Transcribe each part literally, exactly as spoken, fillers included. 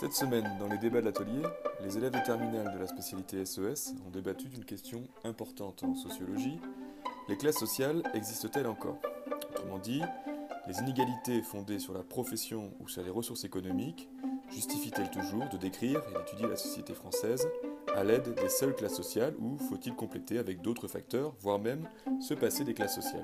Cette semaine, dans les débats de l'atelier, les élèves de terminale de la spécialité S E S ont débattu d'une question importante en sociologie. Les classes sociales existent-elles encore? Autrement dit, les inégalités fondées sur la profession ou sur les ressources économiques justifient-elles toujours de décrire et d'étudier la société française à l'aide des seules classes sociales ou faut-il compléter avec d'autres facteurs, voire même se passer des classes sociales?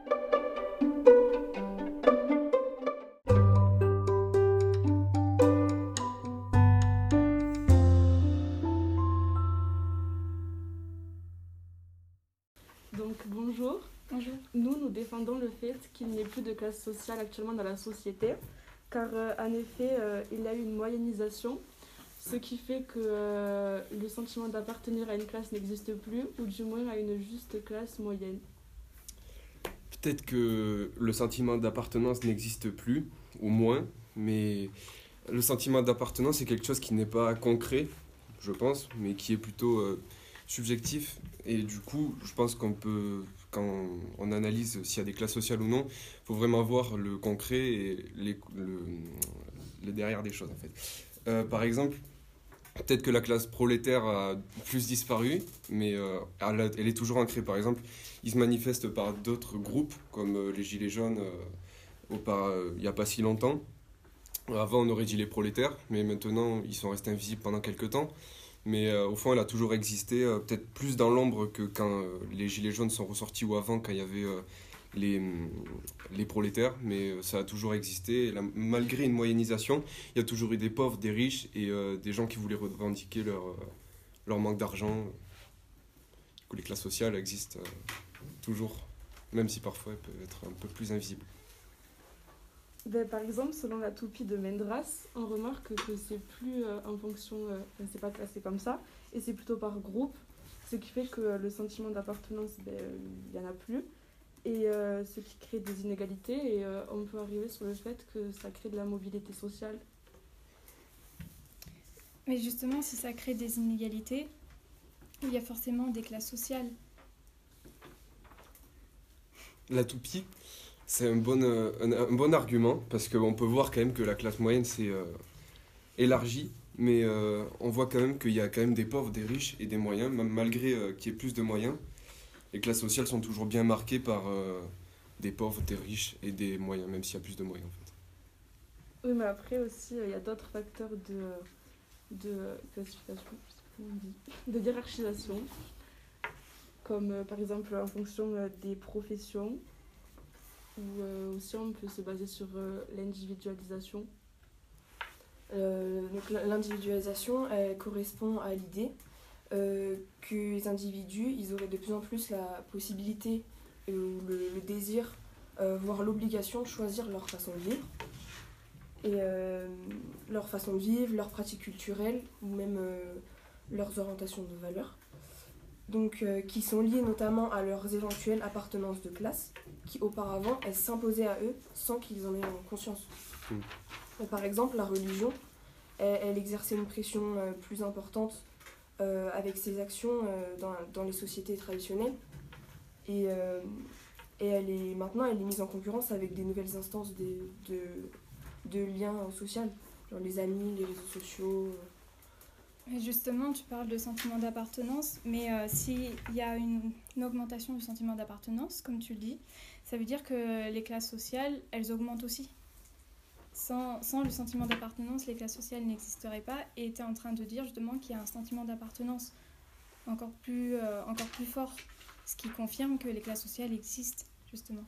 Donc bonjour. Bonjour. Nous, nous défendons le fait qu'il n'y ait plus de classe sociale actuellement dans la société, car euh, en effet, euh, il y a eu une moyennisation, ce qui fait que euh, le sentiment d'appartenir à une classe n'existe plus, ou du moins à une juste classe moyenne. Peut-être que le sentiment d'appartenance n'existe plus, ou moins, mais le sentiment d'appartenance est quelque chose qui n'est pas concret, je pense, mais qui est plutôt euh, subjectif. Et du coup, je pense qu'on peut, quand on analyse s'il y a des classes sociales ou non, il faut vraiment voir le concret et les, le, le derrière des choses, en fait. Euh, par exemple, peut-être que la classe prolétaire a plus disparu, mais euh, elle, a, elle est toujours ancrée. Par exemple, ils se manifestent par d'autres groupes, comme euh, les Gilets jaunes, euh, au par, euh, il n'y a pas si longtemps. Avant, on aurait dit les prolétaires, mais maintenant, ils sont restés invisibles pendant quelques temps. Mais euh, au fond, elle a toujours existé, euh, peut-être plus dans l'ombre que quand euh, les Gilets jaunes sont ressortis ou avant, quand il y avait euh, les, les prolétaires. Mais euh, ça a toujours existé. Et là, malgré une moyennisation, il y a toujours eu des pauvres, des riches et euh, des gens qui voulaient revendiquer leur, euh, leur manque d'argent. Du coup, les classes sociales existent euh, toujours, même si parfois elles peuvent être un peu plus invisibles. Ben, par exemple, selon la toupie de Mendras, on remarque que c'est plus euh, en fonction, euh, enfin, c'est pas classé comme ça, et c'est plutôt par groupe, ce qui fait que euh, le sentiment d'appartenance, ben, il n'y en a plus, et euh, ce qui crée des inégalités, et euh, on peut arriver sur le fait que ça crée de la mobilité sociale. Mais justement, si ça crée des inégalités, il y a forcément des classes sociales. La toupie, c'est un bon, euh, un, un bon argument, parce qu'on peut voir quand même que la classe moyenne s'est euh, élargie, mais euh, on voit quand même qu'il y a quand même des pauvres, des riches et des moyens, même malgré euh, qu'il y ait plus de moyens. Les classes sociales sont toujours bien marquées par euh, des pauvres, des riches et des moyens, même s'il y a plus de moyens en fait. Oui, mais après aussi, il euh, y a d'autres facteurs de, de classification, je sais pas comment on dit, de hiérarchisation, comme euh, par exemple en fonction euh, des professions, ou euh, aussi on peut se baser sur euh, l'individualisation. Euh, donc l'individualisation, elle correspond à l'idée euh, que les individus, ils auraient de plus en plus la possibilité euh, ou le, le désir, euh, voire l'obligation de choisir leur façon de vivre. Et euh, leur façon de vivre, leurs pratiques culturelles ou même euh, leurs orientations de valeurs. Donc euh, qui sont liées notamment à leurs éventuelles appartenances de classe, qui auparavant, elles s'imposaient à eux sans qu'ils en aient conscience. Mmh. Et par exemple, la religion, elle, elle exerçait une pression euh, plus importante euh, avec ses actions euh, dans, dans les sociétés traditionnelles. Et, euh, et elle est, maintenant, elle est mise en concurrence avec des nouvelles instances de, de, de liens sociaux, genre les amis, les réseaux sociaux. Et justement, tu parles de sentiment d'appartenance, mais euh, s'il y a une, une augmentation du sentiment d'appartenance, comme tu le dis, ça veut dire que les classes sociales, elles augmentent aussi. Sans, sans le sentiment d'appartenance, les classes sociales n'existeraient pas, et tu es en train de dire justement qu'il y a un sentiment d'appartenance encore plus, euh, encore plus fort, ce qui confirme que les classes sociales existent, justement.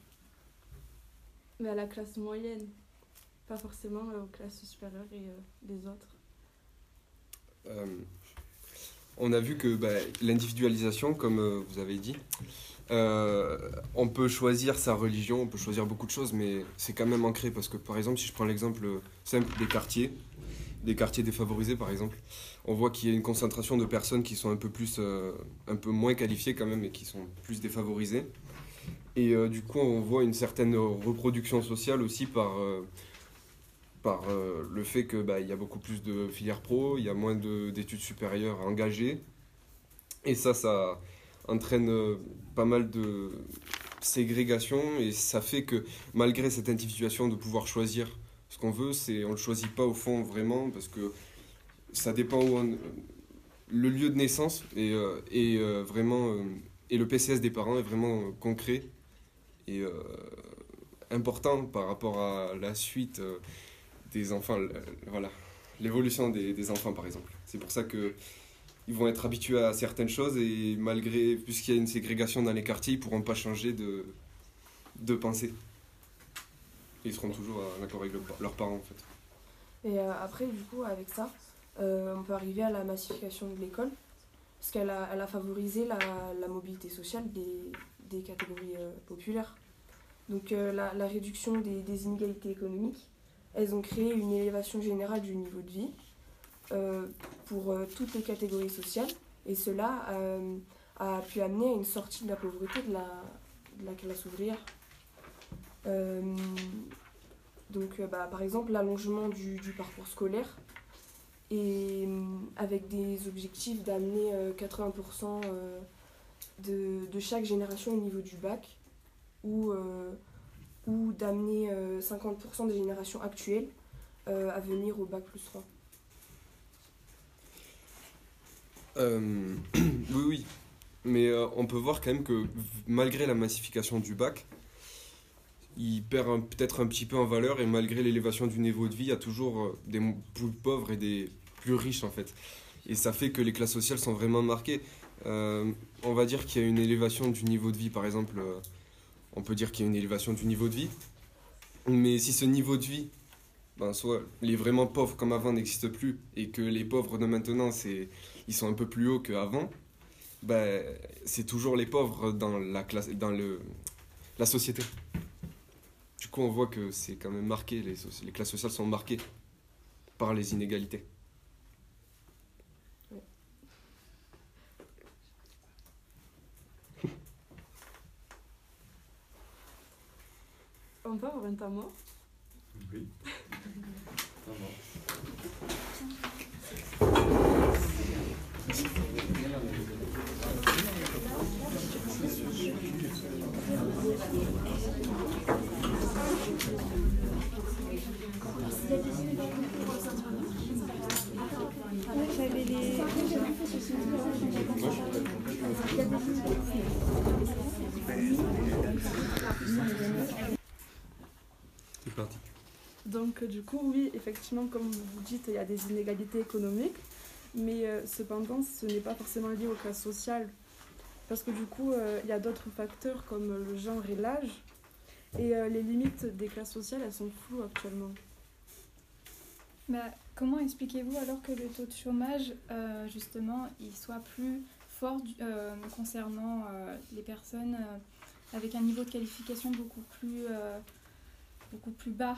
Mais à la classe moyenne, pas forcément euh, aux classes supérieures et euh, les autres. Euh, on a vu que bah, l'individualisation, comme euh, vous avez dit, euh, on peut choisir sa religion, on peut choisir beaucoup de choses, mais c'est quand même ancré parce que par exemple, si je prends l'exemple simple des quartiers, des quartiers défavorisés par exemple, on voit qu'il y a une concentration de personnes qui sont un peu plus, euh, un peu moins qualifiées quand même et qui sont plus défavorisées. Et euh, du coup, on voit une certaine reproduction sociale aussi par euh, par euh, le fait qu'il bah, y a beaucoup plus de filières pro, il y a moins de, d'études supérieures engagées. Et ça, ça entraîne euh, pas mal de ségrégation et ça fait que malgré cette individuation de pouvoir choisir ce qu'on veut, c'est, on ne le choisit pas au fond vraiment parce que ça dépend où on, le lieu de naissance et, euh, et euh, vraiment euh, et le P C S des parents est vraiment euh, concret et euh, important par rapport à la suite euh, des enfants, euh, voilà, l'évolution des, des enfants par exemple. C'est pour ça que ils vont être habitués à certaines choses et malgré, puisqu'il y a une ségrégation dans les quartiers, ils ne pourront pas changer de, de pensée. Ils seront toujours en accord avec le, leurs parents en fait. Et euh, après, du coup, avec ça, euh, on peut arriver à la massification de l'école, parce qu'elle a, elle a favorisé la, la mobilité sociale des, des catégories euh, populaires. Donc euh, la, la réduction des, des inégalités économiques, elles ont créé une élévation générale du niveau de vie euh, pour euh, toutes les catégories sociales, et cela euh, a pu amener à une sortie de la pauvreté de la, de la classe ouvrière. Euh, donc euh, bah, par exemple l'allongement du, du parcours scolaire, et euh, avec des objectifs d'amener euh, quatre-vingts pour cent euh, de, de chaque génération au niveau du bac, ou, euh, ou d'amener euh, cinquante pour cent des générations actuelles euh, à venir au bac plus trois. Euh, oui, oui. Mais euh, on peut voir quand même que malgré la massification du bac, il perd un- peut-être un petit peu en valeur et malgré l'élévation du niveau de vie, il y a toujours euh, des mo- plus pauvres et des plus riches en fait. Et ça fait que les classes sociales sont vraiment marquées. Euh, on va dire qu'il y a une élévation du niveau de vie, par exemple, euh, on peut dire qu'il y a une élévation du niveau de vie. Mais si ce niveau de vie, ben, soit les vraiment pauvres comme avant n'existent plus et que les pauvres de maintenant, c'est, ils sont un peu plus hauts qu'avant, ben, c'est toujours les pauvres dans la classe, dans le, la société. Du coup, on voit que c'est quand même marqué, les, soci- les classes sociales sont marquées par les inégalités. On peut avoir un temps mort? Oui. J'avais les... C'est parti. Donc euh, du coup, oui, effectivement, comme vous dites, il y a des inégalités économiques, mais euh, cependant, ce n'est pas forcément lié aux classes sociales, parce que du coup, euh, il y a d'autres facteurs comme le genre et l'âge, et euh, les limites des classes sociales, elles sont floues actuellement. Bah, comment expliquez-vous alors que le taux de chômage, euh, justement, il soit plus fort du- euh, concernant euh, les personnes euh, avec un niveau de qualification beaucoup plus, euh, beaucoup plus bas?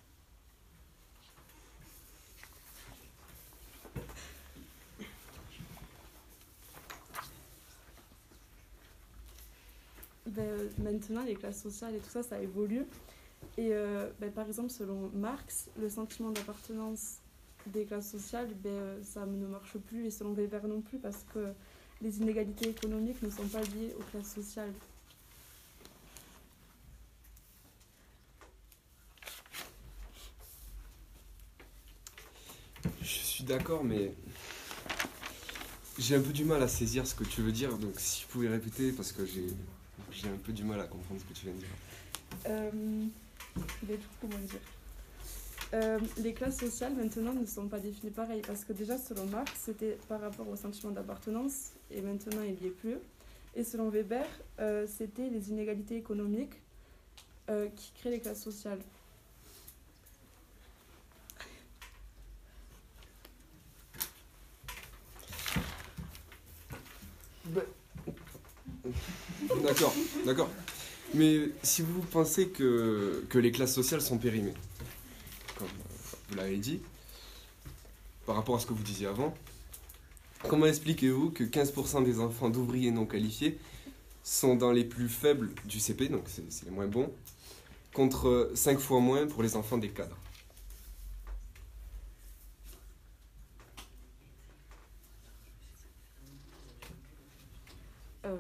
Ben, euh, maintenant, les classes sociales et tout ça, ça évolue. Et euh, ben, par exemple, selon Marx, le sentiment d'appartenance des classes sociales, ben, euh, ça ne marche plus, et selon Weber non plus, parce que les inégalités économiques ne sont pas liées aux classes sociales. Je suis d'accord, mais j'ai un peu du mal à saisir ce que tu veux dire, donc si vous pouvez répéter, parce que j'ai j'ai un peu du mal à comprendre ce que tu viens de dire. Euh, ben, du coup, comment dire Euh, les classes sociales maintenant ne sont pas définies pareil, parce que déjà selon Marx c'était par rapport au sentiment d'appartenance, et maintenant il n'y est plus. Et selon Weber, euh, c'était les inégalités économiques euh, qui créent les classes sociales. D'accord, d'accord. Mais si vous pensez que, que les classes sociales sont périmées, comme euh, vous l'avez dit, par rapport à ce que vous disiez avant, comment expliquez-vous que quinze pour cent des enfants d'ouvriers non qualifiés sont dans les plus faibles du C P, donc c'est c'est les moins bons, contre cinq fois moins pour les enfants des cadres? Euh,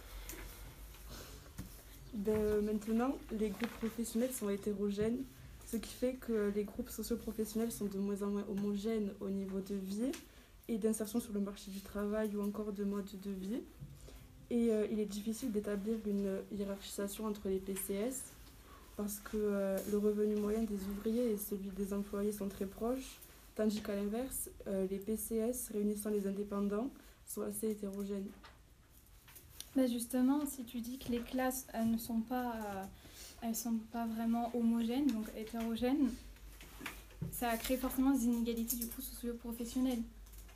ben, euh, maintenant, les groupes professionnels sont hétérogènes. ce qui fait que les groupes socio-professionnels sont de moins en moins homogènes au niveau de vie et d'insertion sur le marché du travail ou encore de mode de vie. Et euh, il est difficile d'établir une hiérarchisation entre les P C S parce que euh, le revenu moyen des ouvriers et celui des employés sont très proches, tandis qu'à l'inverse, euh, les P C S réunissant les indépendants sont assez hétérogènes. Bah justement, si tu dis que les classes elles ne sont pas, euh, elles sont pas vraiment homogènes, donc hétérogènes, ça crée forcément des inégalités du coup socio-professionnelles.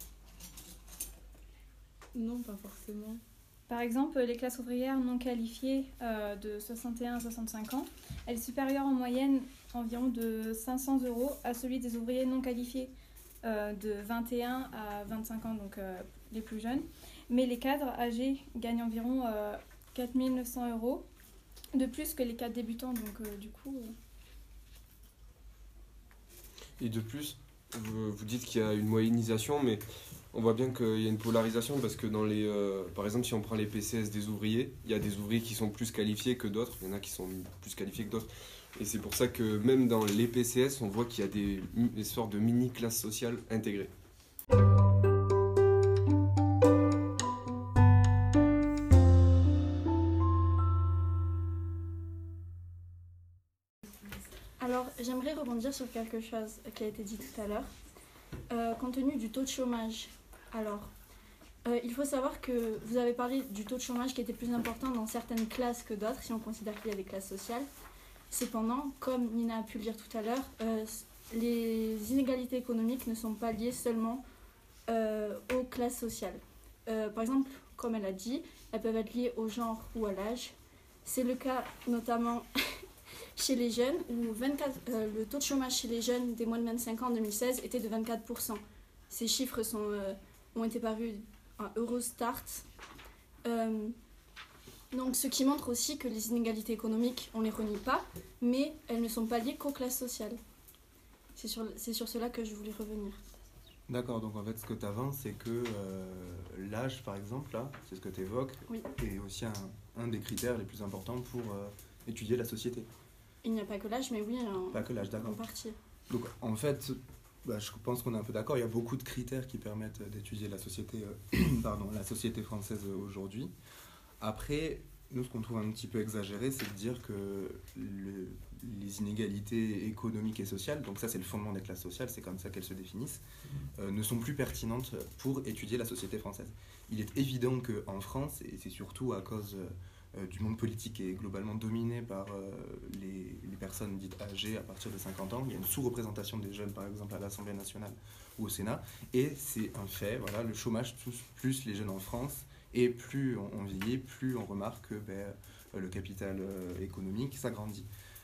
Non, pas forcément. Par exemple, les classes ouvrières non qualifiées euh, de soixante et un à soixante-cinq ans, elles sont supérieures en moyenne environ de cinq cents euros à celui des ouvriers non qualifiés euh, de vingt et un à vingt-cinq ans, donc euh, les plus jeunes. Mais les cadres âgés gagnent environ euh, quatre mille neuf cents euros de plus que les cadres débutants, donc euh, du coup... Euh... Et de plus, vous, vous dites qu'il y a une moyennisation, mais on voit bien qu'il y a une polarisation parce que dans les, euh, par exemple, si on prend les P C S des ouvriers, il y a des ouvriers qui sont plus qualifiés que d'autres, il y en a qui sont plus qualifiés que d'autres. Et c'est pour ça que même dans les P C S, on voit qu'il y a des, des sortes de mini-classes sociales intégrées. Alors, j'aimerais rebondir sur quelque chose qui a été dit tout à l'heure. Euh, compte tenu du taux de chômage, alors, euh, il faut savoir que vous avez parlé du taux de chômage qui était plus important dans certaines classes que d'autres, si on considère qu'il y a des classes sociales. Cependant, comme Nina a pu le dire tout à l'heure, euh, les inégalités économiques ne sont pas liées seulement euh, aux classes sociales. Euh, par exemple, comme elle a dit, elles peuvent être liées au genre ou à l'âge. C'est le cas notamment chez les jeunes, où vingt-quatre, euh, le taux de chômage chez les jeunes des moins de vingt-cinq ans en deux mille seize était de vingt-quatre pour cent. Ces chiffres sont, euh, ont été parus à Eurostat. Euh, donc, ce qui montre aussi que les inégalités économiques, on ne les renie pas, mais elles ne sont pas liées qu'aux classes sociales. C'est sur, c'est sur cela que je voulais revenir. D'accord, donc en fait, ce que tu avances, c'est que euh, l'âge, par exemple, là, c'est ce que tu évoques, oui. est aussi un, un des critères les plus importants pour euh, étudier la société. Il n'y a pas que l'âge, mais oui, en, pas que l'âge, d'accord. en partie. Donc en fait, bah, je pense qu'on est un peu d'accord, il y a beaucoup de critères qui permettent d'étudier la société, euh, pardon, la société française aujourd'hui. Après, nous, ce qu'on trouve un petit peu exagéré, c'est de dire que le, les inégalités économiques et sociales, donc ça c'est le fondement des classes sociales, c'est comme ça qu'elles se définissent, euh, ne sont plus pertinentes pour étudier la société française. Il est évident qu'en France, et c'est surtout à cause euh, du monde politique qui est globalement dominé par euh, les, les personnes dites âgées à partir de cinquante ans, il y a une sous-représentation des jeunes par exemple à l'Assemblée nationale ou au Sénat, et c'est un fait, voilà, le chômage touche plus les jeunes en France. Et plus on vieillit, plus on remarque que ben, le capital euh, économique s'agrandit.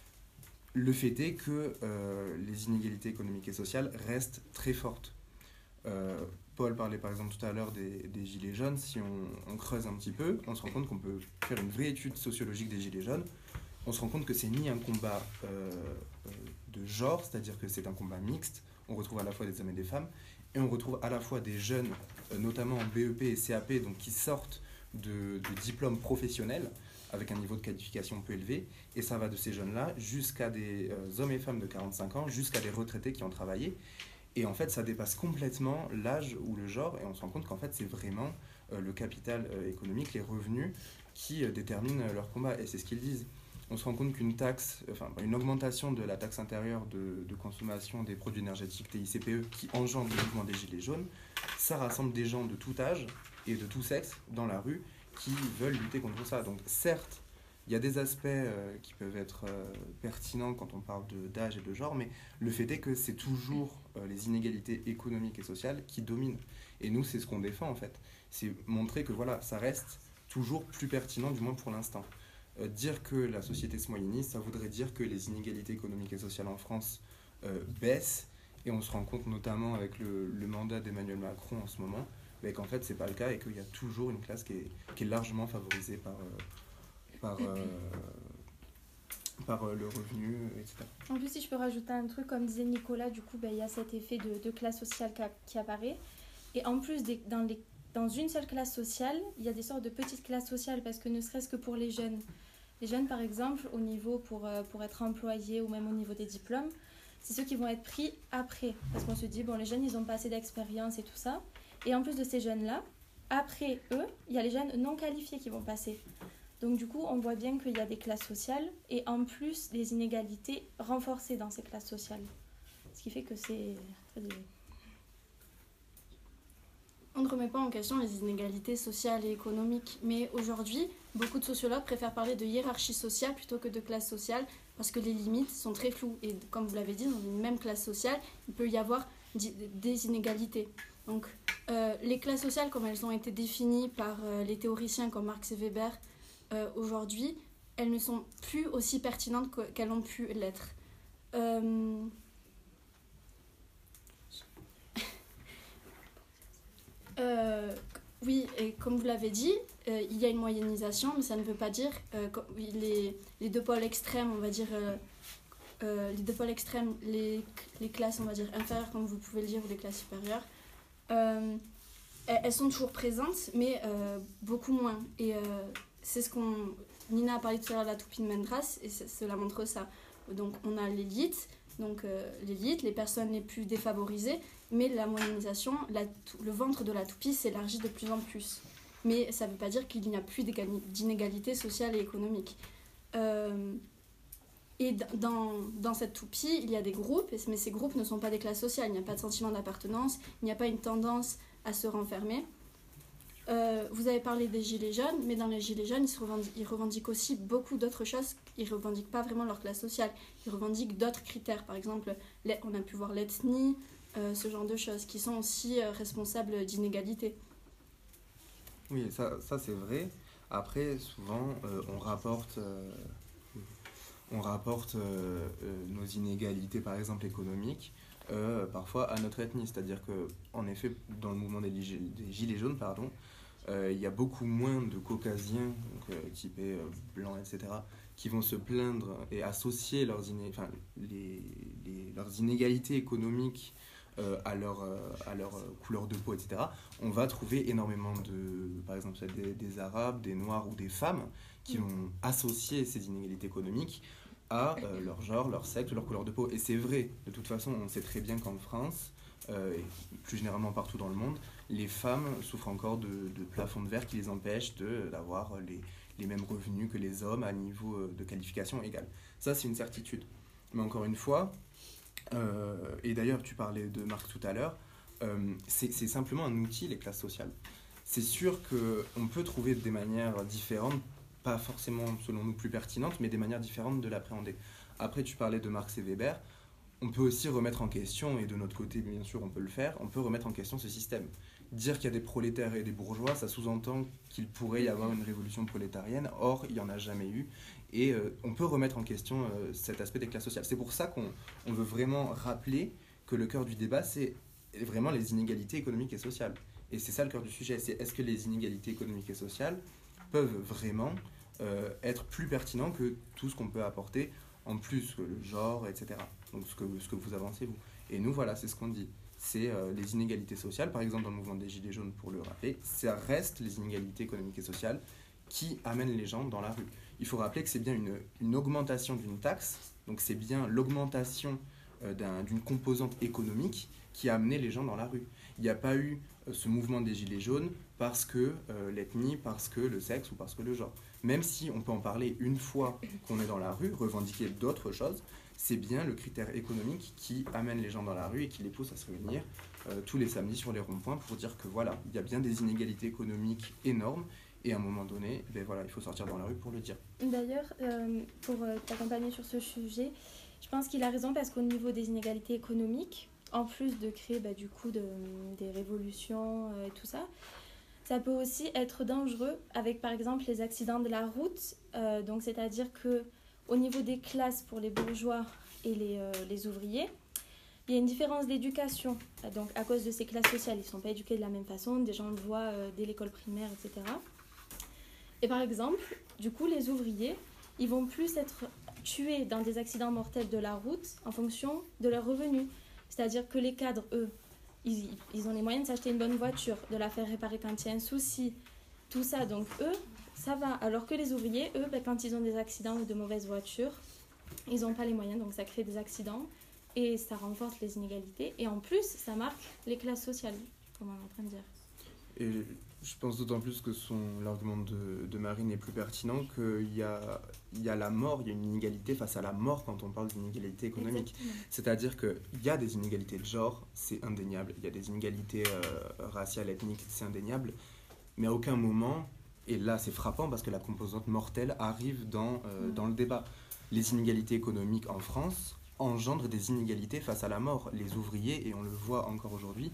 Le fait est que euh, les inégalités économiques et sociales restent très fortes. Euh, Paul parlait par exemple tout à l'heure des, des gilets jaunes. Si on, on creuse un petit peu, on se rend compte qu'on peut faire une vraie étude sociologique des gilets jaunes. On se rend compte que c'est ni un combat euh, de genre, c'est-à-dire que c'est un combat mixte. On retrouve à la fois des hommes et des femmes. Et on retrouve à la fois des jeunes, notamment en B E P et C A P, donc qui sortent de, de diplômes professionnels avec un niveau de qualification peu élevé. Et ça va de ces jeunes-là jusqu'à des euh, hommes et femmes de quarante-cinq ans, jusqu'à des retraités qui ont travaillé. Et en fait, ça dépasse complètement l'âge ou le genre. Et on se rend compte qu'en fait, c'est vraiment euh, le capital euh, économique, les revenus, qui euh, déterminent euh, leur combat. Et c'est ce qu'ils disent. On se rend compte qu'une taxe, enfin une augmentation de la taxe intérieure de, de consommation des produits énergétiques T I C P E qui engendre le mouvement des gilets jaunes, ça rassemble des gens de tout âge et de tout sexe dans la rue qui veulent lutter contre ça. Donc certes, il y a des aspects euh, qui peuvent être euh, pertinents quand on parle de, d'âge et de genre, mais le fait est que c'est toujours euh, les inégalités économiques et sociales qui dominent. Et nous, c'est ce qu'on défend en fait. C'est montrer que voilà, ça reste toujours plus pertinent, du moins pour l'instant. Euh, dire que la société se moyennise, ça voudrait dire que les inégalités économiques et sociales en France euh, baissent, et on se rend compte notamment avec le, le mandat d'Emmanuel Macron en ce moment, mais qu'en fait c'est pas le cas et qu'il y a toujours une classe qui est, qui est largement favorisée par, euh, par, euh, par euh, le revenu, et cetera. En plus, si je peux rajouter un truc, comme disait Nicolas, du coup, ben, il y a cet effet de, de classe sociale qui, a, qui apparaît, et en plus des, dans les Dans une seule classe sociale, il y a des sortes de petites classes sociales parce que ne serait-ce que pour les jeunes, Les jeunes, par exemple, au niveau pour, euh, pour être employés ou même au niveau des diplômes, c'est ceux qui vont être pris après. Parce qu'on se dit, bon, les jeunes, ils n'ont pas assez d'expérience et tout ça. Et en plus de ces jeunes-là, après eux, il y a les jeunes non qualifiés qui vont passer. Donc du coup, on voit bien qu'il y a des classes sociales et en plus, des inégalités renforcées dans ces classes sociales. Ce qui fait que c'est très... On ne remet pas en question les inégalités sociales et économiques, mais aujourd'hui, beaucoup de sociologues préfèrent parler de hiérarchie sociale plutôt que de classe sociale parce que les limites sont très floues. Et comme vous l'avez dit, dans une même classe sociale, il peut y avoir des inégalités. Donc, euh, les classes sociales, comme elles ont été définies par euh, les théoriciens comme Marx et Weber, euh, aujourd'hui, elles ne sont plus aussi pertinentes qu'elles ont pu l'être. Euh... Euh, oui, et comme vous l'avez dit, euh, il y a une moyennisation, mais ça ne veut pas dire euh, les, les deux pôles extrêmes, on va dire euh, euh, les deux pôles extrêmes, les, les classes, on va dire inférieures, comme vous pouvez le dire, ou les classes supérieures, euh, elles sont toujours présentes, mais euh, beaucoup moins. Et euh, c'est ce qu'on Nina a parlé tout à l'heure de la toupie de Mendras, et cela montre ça. Donc on a l'élite. Donc euh, l'élite, les personnes les plus défavorisées, mais la moyennisation, la, le ventre de la toupie s'élargit de plus en plus. Mais ça ne veut pas dire qu'il n'y a plus d'inégalité sociale et économique. Euh, et dans, dans cette toupie, il y a des groupes, mais ces groupes ne sont pas des classes sociales. Il n'y a pas de sentiment d'appartenance, il n'y a pas une tendance à se renfermer. Euh, vous avez parlé des gilets jaunes, mais dans les gilets jaunes, ils, se revendiquent, ils revendiquent aussi beaucoup d'autres choses. Ils ne revendiquent pas vraiment leur classe sociale. Ils revendiquent d'autres critères. Par exemple, les, on a pu voir l'ethnie, euh, ce genre de choses, qui sont aussi euh, responsables d'inégalités. Oui, ça, ça c'est vrai. Après, souvent, euh, on rapporte, euh, on rapporte euh, euh, nos inégalités, par exemple économiques, euh, parfois à notre ethnie. C'est-à-dire qu'en effet, dans le mouvement des, des gilets jaunes, pardon, euh, il y a beaucoup moins de caucasiens, donc, euh, typés euh, blancs, et cetera, qui vont se plaindre et associer leurs, iné enfin, les, les, leurs inégalités économiques euh, à, leur, euh, à leur couleur de peau, et cetera. On va trouver énormément de, par exemple, des, des Arabes, des Noirs ou des femmes qui vont associer ces inégalités économiques à euh, leur genre, leur sexe, leur couleur de peau. Et c'est vrai, de toute façon, on sait très bien qu'en France, euh, et plus généralement partout dans le monde, les femmes souffrent encore de, de plafonds de verre qui les empêchent de, d'avoir les, les mêmes revenus que les hommes à niveau de qualification égale. Ça, c'est une certitude. Mais encore une fois, euh, et d'ailleurs, tu parlais de Marx tout à l'heure, euh, c'est, c'est simplement un outil, les classes sociales. C'est sûr qu'on peut trouver des manières différentes, pas forcément selon nous plus pertinentes, mais des manières différentes de l'appréhender. Après, tu parlais de Marx et Weber, on peut aussi remettre en question, et de notre côté, bien sûr, on peut le faire, on peut remettre en question ce système. Dire qu'il y a des prolétaires et des bourgeois, ça sous-entend qu'il pourrait y avoir une révolution prolétarienne, or, il n'y en a jamais eu, et euh, on peut remettre en question euh, cet aspect des classes sociales. C'est pour ça qu'on on veut vraiment rappeler que le cœur du débat, c'est vraiment les inégalités économiques et sociales. Et c'est ça le cœur du sujet, c'est est-ce que les inégalités économiques et sociales peuvent vraiment euh, être plus pertinents que tout ce qu'on peut apporter en plus, que le genre, et cetera. Donc ce que, ce que vous avancez, vous. Et nous, voilà, c'est ce qu'on dit. C'est euh, les inégalités sociales, par exemple dans le mouvement des Gilets jaunes, pour le rappeler, ça reste les inégalités économiques et sociales qui amènent les gens dans la rue. Il faut rappeler que c'est bien une, une augmentation d'une taxe, donc c'est bien l'augmentation euh, d'un, d'une composante économique qui a amené les gens dans la rue. Il n'y a pas eu euh, ce mouvement des Gilets jaunes parce que euh, l'ethnie, parce que le sexe ou parce que le genre. Même si on peut en parler une fois qu'on est dans la rue, revendiquer d'autres choses, c'est bien le critère économique qui amène les gens dans la rue et qui les pousse à se réunir euh, tous les samedis sur les ronds-points pour dire que voilà, il y a bien des inégalités économiques énormes et à un moment donné, ben voilà, il faut sortir dans la rue pour le dire. D'ailleurs, euh, pour euh, t'accompagner sur ce sujet, je pense qu'il a raison parce qu'au niveau des inégalités économiques, en plus de créer bah, du coup de, des révolutions euh, et tout ça, ça peut aussi être dangereux avec par exemple les accidents de la route, euh, donc c'est-à-dire que au niveau des classes pour les bourgeois et les, euh, les ouvriers, il y a une différence d'éducation. Donc à cause de ces classes sociales, ils ne sont pas éduqués de la même façon, des gens le voient euh, dès l'école primaire, et cetera. Et par exemple, du coup, les ouvriers, ils vont plus être tués dans des accidents mortels de la route en fonction de leurs revenus. C'est-à-dire que les cadres, eux, ils, ils ont les moyens de s'acheter une bonne voiture, de la faire réparer quand il y a un souci, tout ça. Donc eux, ça va. Alors que les ouvriers, eux, ben, quand ils ont des accidents ou de mauvaises voitures, ils n'ont pas les moyens, donc ça crée des accidents et ça renforce les inégalités. Et en plus, ça marque les classes sociales, comme on est en train de dire. Et je pense d'autant plus que son, l'argument de, de Marine est plus pertinent qu'il y a, il y a la mort, il y a une inégalité face à la mort quand on parle d'inégalité économique. Exactement. C'est-à-dire qu'il y a des inégalités de genre, c'est indéniable. Il y a des inégalités euh, raciales, ethniques, c'est indéniable. Mais à aucun moment, et là c'est frappant parce que la composante mortelle arrive dans, euh, Mm. dans le débat. Les inégalités économiques en France engendrent des inégalités face à la mort. Les ouvriers, et on le voit encore aujourd'hui,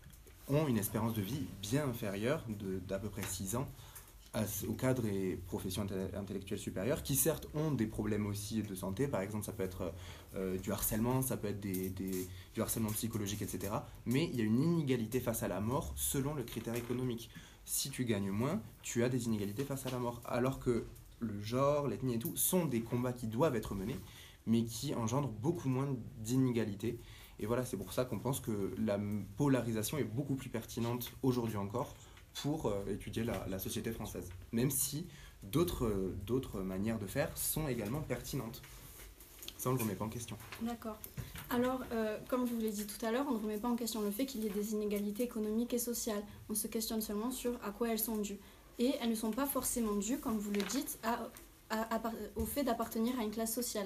ont une espérance de vie bien inférieure de, d'à peu près six ans à, aux cadres et professions inte- intellectuelles supérieures qui certes ont des problèmes aussi de santé, par exemple ça peut être euh, du harcèlement, ça peut être des, des, du harcèlement psychologique, et cetera. Mais il y a une inégalité face à la mort selon le critère économique. Si tu gagnes moins, tu as des inégalités face à la mort. Alors que le genre, l'ethnie et tout sont des combats qui doivent être menés, mais qui engendrent beaucoup moins d'inégalités. Et voilà, c'est pour ça qu'on pense que la polarisation est beaucoup plus pertinente aujourd'hui encore pour euh, étudier la, la société française. Même si d'autres, euh, d'autres manières de faire sont également pertinentes. Ça, on ne le remet pas en question. D'accord. Alors, euh, comme je vous l'ai dit tout à l'heure, on ne remet pas en question le fait qu'il y ait des inégalités économiques et sociales. On se questionne seulement sur à quoi elles sont dues. Et elles ne sont pas forcément dues, comme vous le dites, à, à, à, au fait d'appartenir à une classe sociale.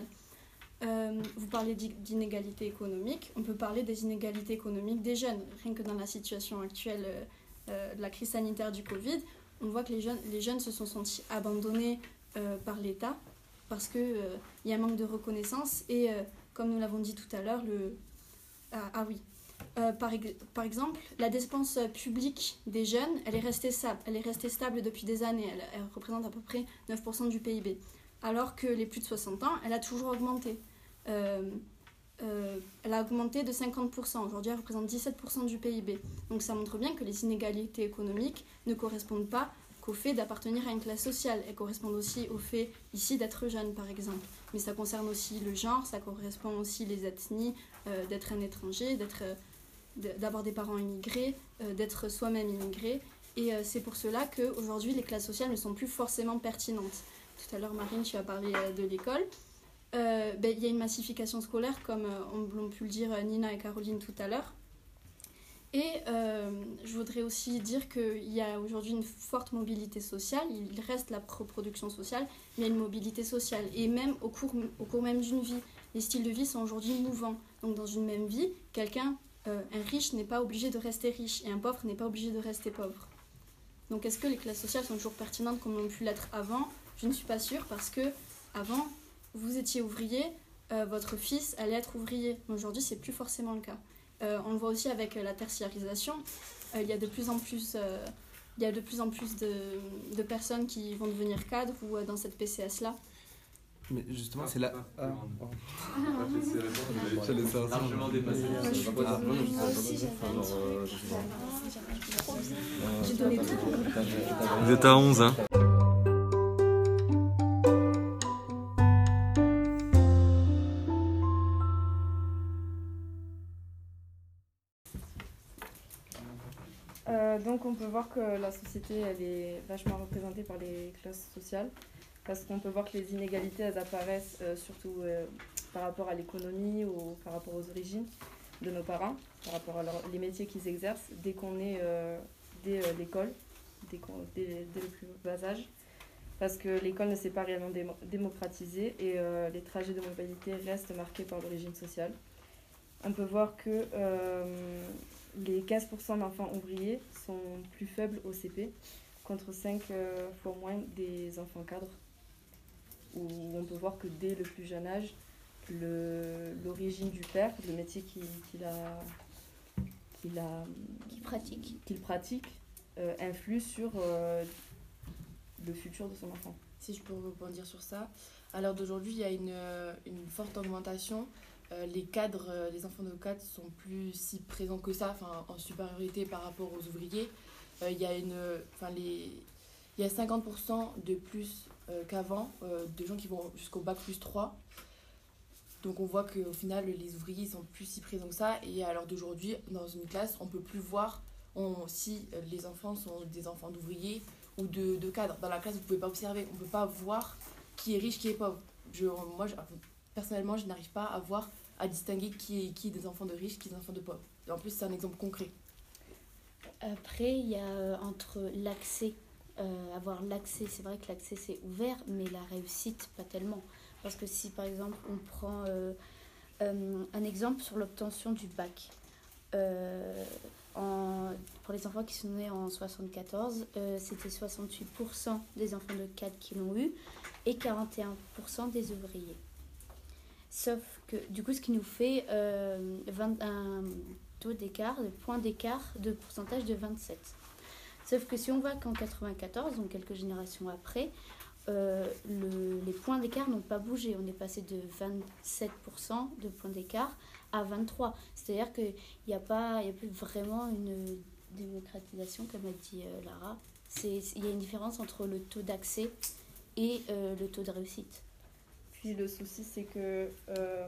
Euh, vous parlez d'inégalités économiques, on peut parler des inégalités économiques des jeunes. Rien que dans la situation actuelle euh, euh, de la crise sanitaire du Covid, on voit que les jeunes, les jeunes se sont sentis abandonnés euh, par l'État parce qu'il euh, y a un manque de reconnaissance et, euh, comme nous l'avons dit tout à l'heure, le... Ah, ah oui, euh, par, par exemple, la dépense publique des jeunes, elle est restée stable, elle est restée stable depuis des années, elle, elle représente à peu près neuf pour cent du P I B. Alors que les plus de soixante ans, elle a toujours augmenté. Euh, euh, elle a augmenté de cinquante pour cent. Aujourd'hui, elle représente dix-sept pour cent du P I B. Donc ça montre bien que les inégalités économiques ne correspondent pas qu'au fait d'appartenir à une classe sociale. Elles correspondent aussi au fait, ici, d'être jeune, par exemple. Mais ça concerne aussi le genre, ça correspond aussi les ethnies, euh, d'être un étranger, d'être, euh, d'avoir des parents immigrés, euh, d'être soi-même immigré. Et euh, c'est pour cela qu'aujourd'hui, les classes sociales ne sont plus forcément pertinentes. Tout à l'heure, Marine, tu as parlé de l'école. Euh, ben, il y a une massification scolaire, comme euh, ont pu le dire Nina et Caroline tout à l'heure. Et euh, je voudrais aussi dire qu'il y a aujourd'hui une forte mobilité sociale. Il reste la reproduction sociale, mais il y a une mobilité sociale. Et même au cours, au cours même d'une vie, les styles de vie sont aujourd'hui mouvants. Donc dans une même vie, quelqu'un, euh, un riche n'est pas obligé de rester riche et un pauvre n'est pas obligé de rester pauvre. Donc est-ce que les classes sociales sont toujours pertinentes comme elles ont pu l'être avant ? Je ne suis pas sûre parce que avant, vous étiez ouvrier, euh, votre fils allait être ouvrier. Aujourd'hui, c'est plus forcément le cas. Euh, on le voit aussi avec la tertiarisation. Euh, il y a de plus en plus, euh, il y a de plus en plus de, de personnes qui vont devenir cadres ou euh, dans cette P C S-là. Mais justement, c'est là. Ah, oh. Je laisse ça largement dépassé. J'ai donné tout. Vous êtes à onze, hein. Euh, donc on peut voir que la société elle est vachement représentée par les classes sociales parce qu'on peut voir que les inégalités elles apparaissent euh, surtout euh, par rapport à l'économie ou par rapport aux origines de nos parents, par rapport à leur, les métiers qu'ils exercent dès qu'on est euh, dès euh, l'école, dès, qu'on, dès, dès le plus bas âge, parce que l'école ne s'est pas réellement démo- démocratisée et euh, les trajets de mobilité restent marqués par l'origine sociale. On peut voir que euh, les quinze pour cent d'enfants ouvriers sont plus faibles au C P, contre cinq euh, fois moins des enfants cadres, où on peut voir que dès le plus jeune âge, le, l'origine du père, le métier qu'il, qu'il, a, qu'il, a, Qui pratique. qu'il pratique, euh, influe sur euh, le futur de son enfant. Si je peux rebondir sur ça, à l'heure d'aujourd'hui, il y a une, une forte augmentation. Euh, les cadres, euh, les enfants de cadres sont plus si présents que ça, enfin en supériorité par rapport aux ouvriers. Euh, il y a une, enfin les, il y a cinquante pour cent de plus euh, qu'avant euh, de gens qui vont jusqu'au bac plus trois. Donc on voit qu'au final les ouvriers sont plus si présents que ça. Et à l'heure d'aujourd'hui, dans une classe, on peut plus voir on, si les enfants sont des enfants d'ouvriers ou de, de cadres. Dans la classe, vous ne pouvez pas observer, on ne peut pas voir qui est riche, qui est pauvre. Je, moi, je, personnellement, je n'arrive pas à voir, à distinguer qui est qui est des enfants de riches, qui est des enfants de pauvres. Et en plus, c'est un exemple concret. Après, il y a euh, entre l'accès, euh, avoir l'accès, c'est vrai que l'accès c'est ouvert, mais la réussite, pas tellement. Parce que si par exemple on prend euh, euh, un exemple sur l'obtention du bac, euh, en, pour les enfants qui sont nés en soixante-quatorze, euh, c'était soixante-huit pour cent des enfants de cadres qui l'ont eu et quarante et un pour cent des ouvriers. Sauf que du coup, ce qui nous fait euh, vingt, un taux d'écart, de point d'écart de pourcentage de vingt-sept. Sauf que si on voit qu'en quatre-vingt-quatorze, donc quelques générations après, euh, le, les points d'écart n'ont pas bougé. On est passé de vingt-sept pour cent de points d'écart à vingt-trois pour cent. C'est-à-dire qu'il n'y a pas, il y a plus vraiment une démocratisation, comme a dit euh, Lara. C'est, il y a une différence entre le taux d'accès et euh, le taux de réussite. Puis le souci, c'est que euh,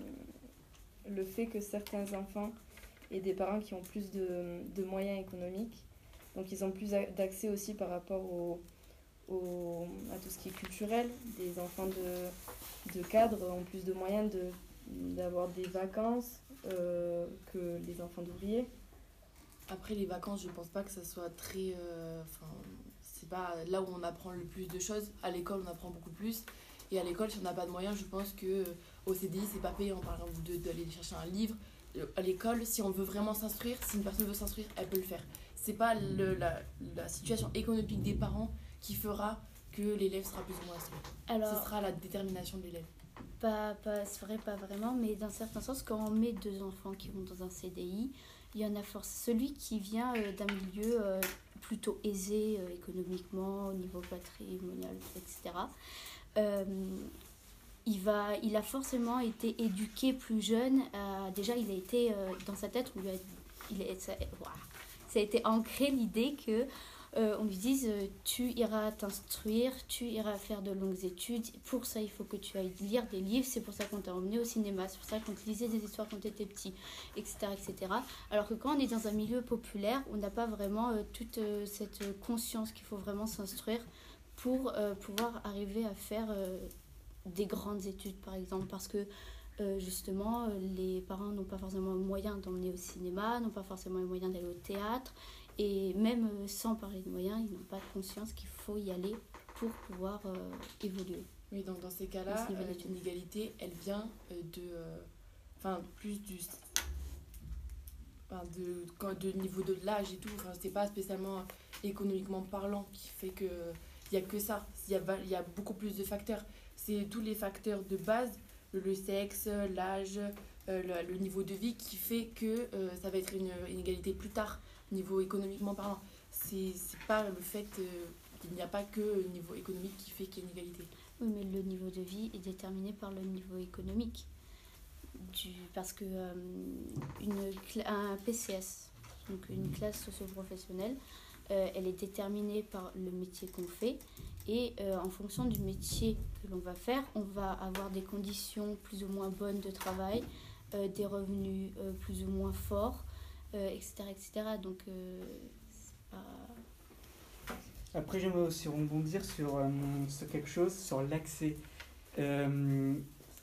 le fait que certains enfants aient des parents qui ont plus de, de moyens économiques, donc ils ont plus d'accès aussi par rapport au, au, à tout ce qui est culturel. Des enfants de, de cadres ont plus de moyens de, d'avoir des vacances euh, que les enfants d'ouvriers. Après, les vacances, je pense pas que ça soit très... Euh, c'est pas là où on apprend le plus de choses. À l'école, on apprend beaucoup plus. Et à l'école, si on n'a pas de moyens, je pense qu'au C D I, c'est pas payant, par exemple, de, d'aller chercher un livre. À l'école, si on veut vraiment s'instruire, si une personne veut s'instruire, elle peut le faire. C'est pas le, la, la situation économique des parents qui fera que l'élève sera plus ou moins instruit. Alors, ce sera la détermination de l'élève. Pas, pas, c'est vrai, pas vraiment, mais d'un certain sens, quand on met deux enfants qui vont dans un C D I, il y en a forcément celui qui vient euh, d'un milieu euh, plutôt aisé euh, économiquement, au niveau patrimonial, et cetera. Euh, il, va, il a forcément été éduqué plus jeune. Euh, déjà, il a été euh, dans sa tête, on lui a, il a, ça, voilà, ça a été ancré l'idée que euh, on lui dise euh, tu iras t'instruire, tu iras faire de longues études. Pour ça, il faut que tu ailles lire des livres. C'est pour ça qu'on t'a emmené au cinéma. C'est pour ça qu'on te lisait des histoires quand tu étais petit, et cetera, et cetera. Alors que quand on est dans un milieu populaire, on n'a pas vraiment euh, toute euh, cette conscience qu'il faut vraiment s'instruire pour euh, pouvoir arriver à faire euh, des grandes études, par exemple, parce que euh, justement, les parents n'ont pas forcément le moyen d'emmener au cinéma, n'ont pas forcément le moyen d'aller au théâtre, et même euh, sans parler de moyens, ils n'ont pas conscience qu'il faut y aller pour pouvoir euh, évoluer. Oui, donc dans ces cas-là, euh, l'inégalité, elle vient euh, de... Enfin, euh, plus du... Enfin, de, quand, de niveau de l'âge et tout, enfin, c'est pas spécialement économiquement parlant qui fait que... Il n'y a que ça, il y a, il y a beaucoup plus de facteurs. C'est tous les facteurs de base, le, le sexe, l'âge, euh, le, le niveau de vie qui fait que euh, ça va être une inégalité plus tard, niveau économiquement parlant. C'est, c'est pas le fait euh, qu'il n'y a pas que le niveau économique qui fait qu'il y a une inégalité. Oui, mais le niveau de vie est déterminé par le niveau économique. Du, parce que euh, une, un P C S, donc une classe socio-professionnelle, Euh, elle est déterminée par le métier qu'on fait et euh, en fonction du métier que l'on va faire, on va avoir des conditions plus ou moins bonnes de travail, euh, des revenus euh, plus ou moins forts, euh, et cetera, et cetera. Donc, euh, c'est pas... Après, j'aimerais aussi rebondir sur, euh, sur quelque chose, sur l'accès. Euh,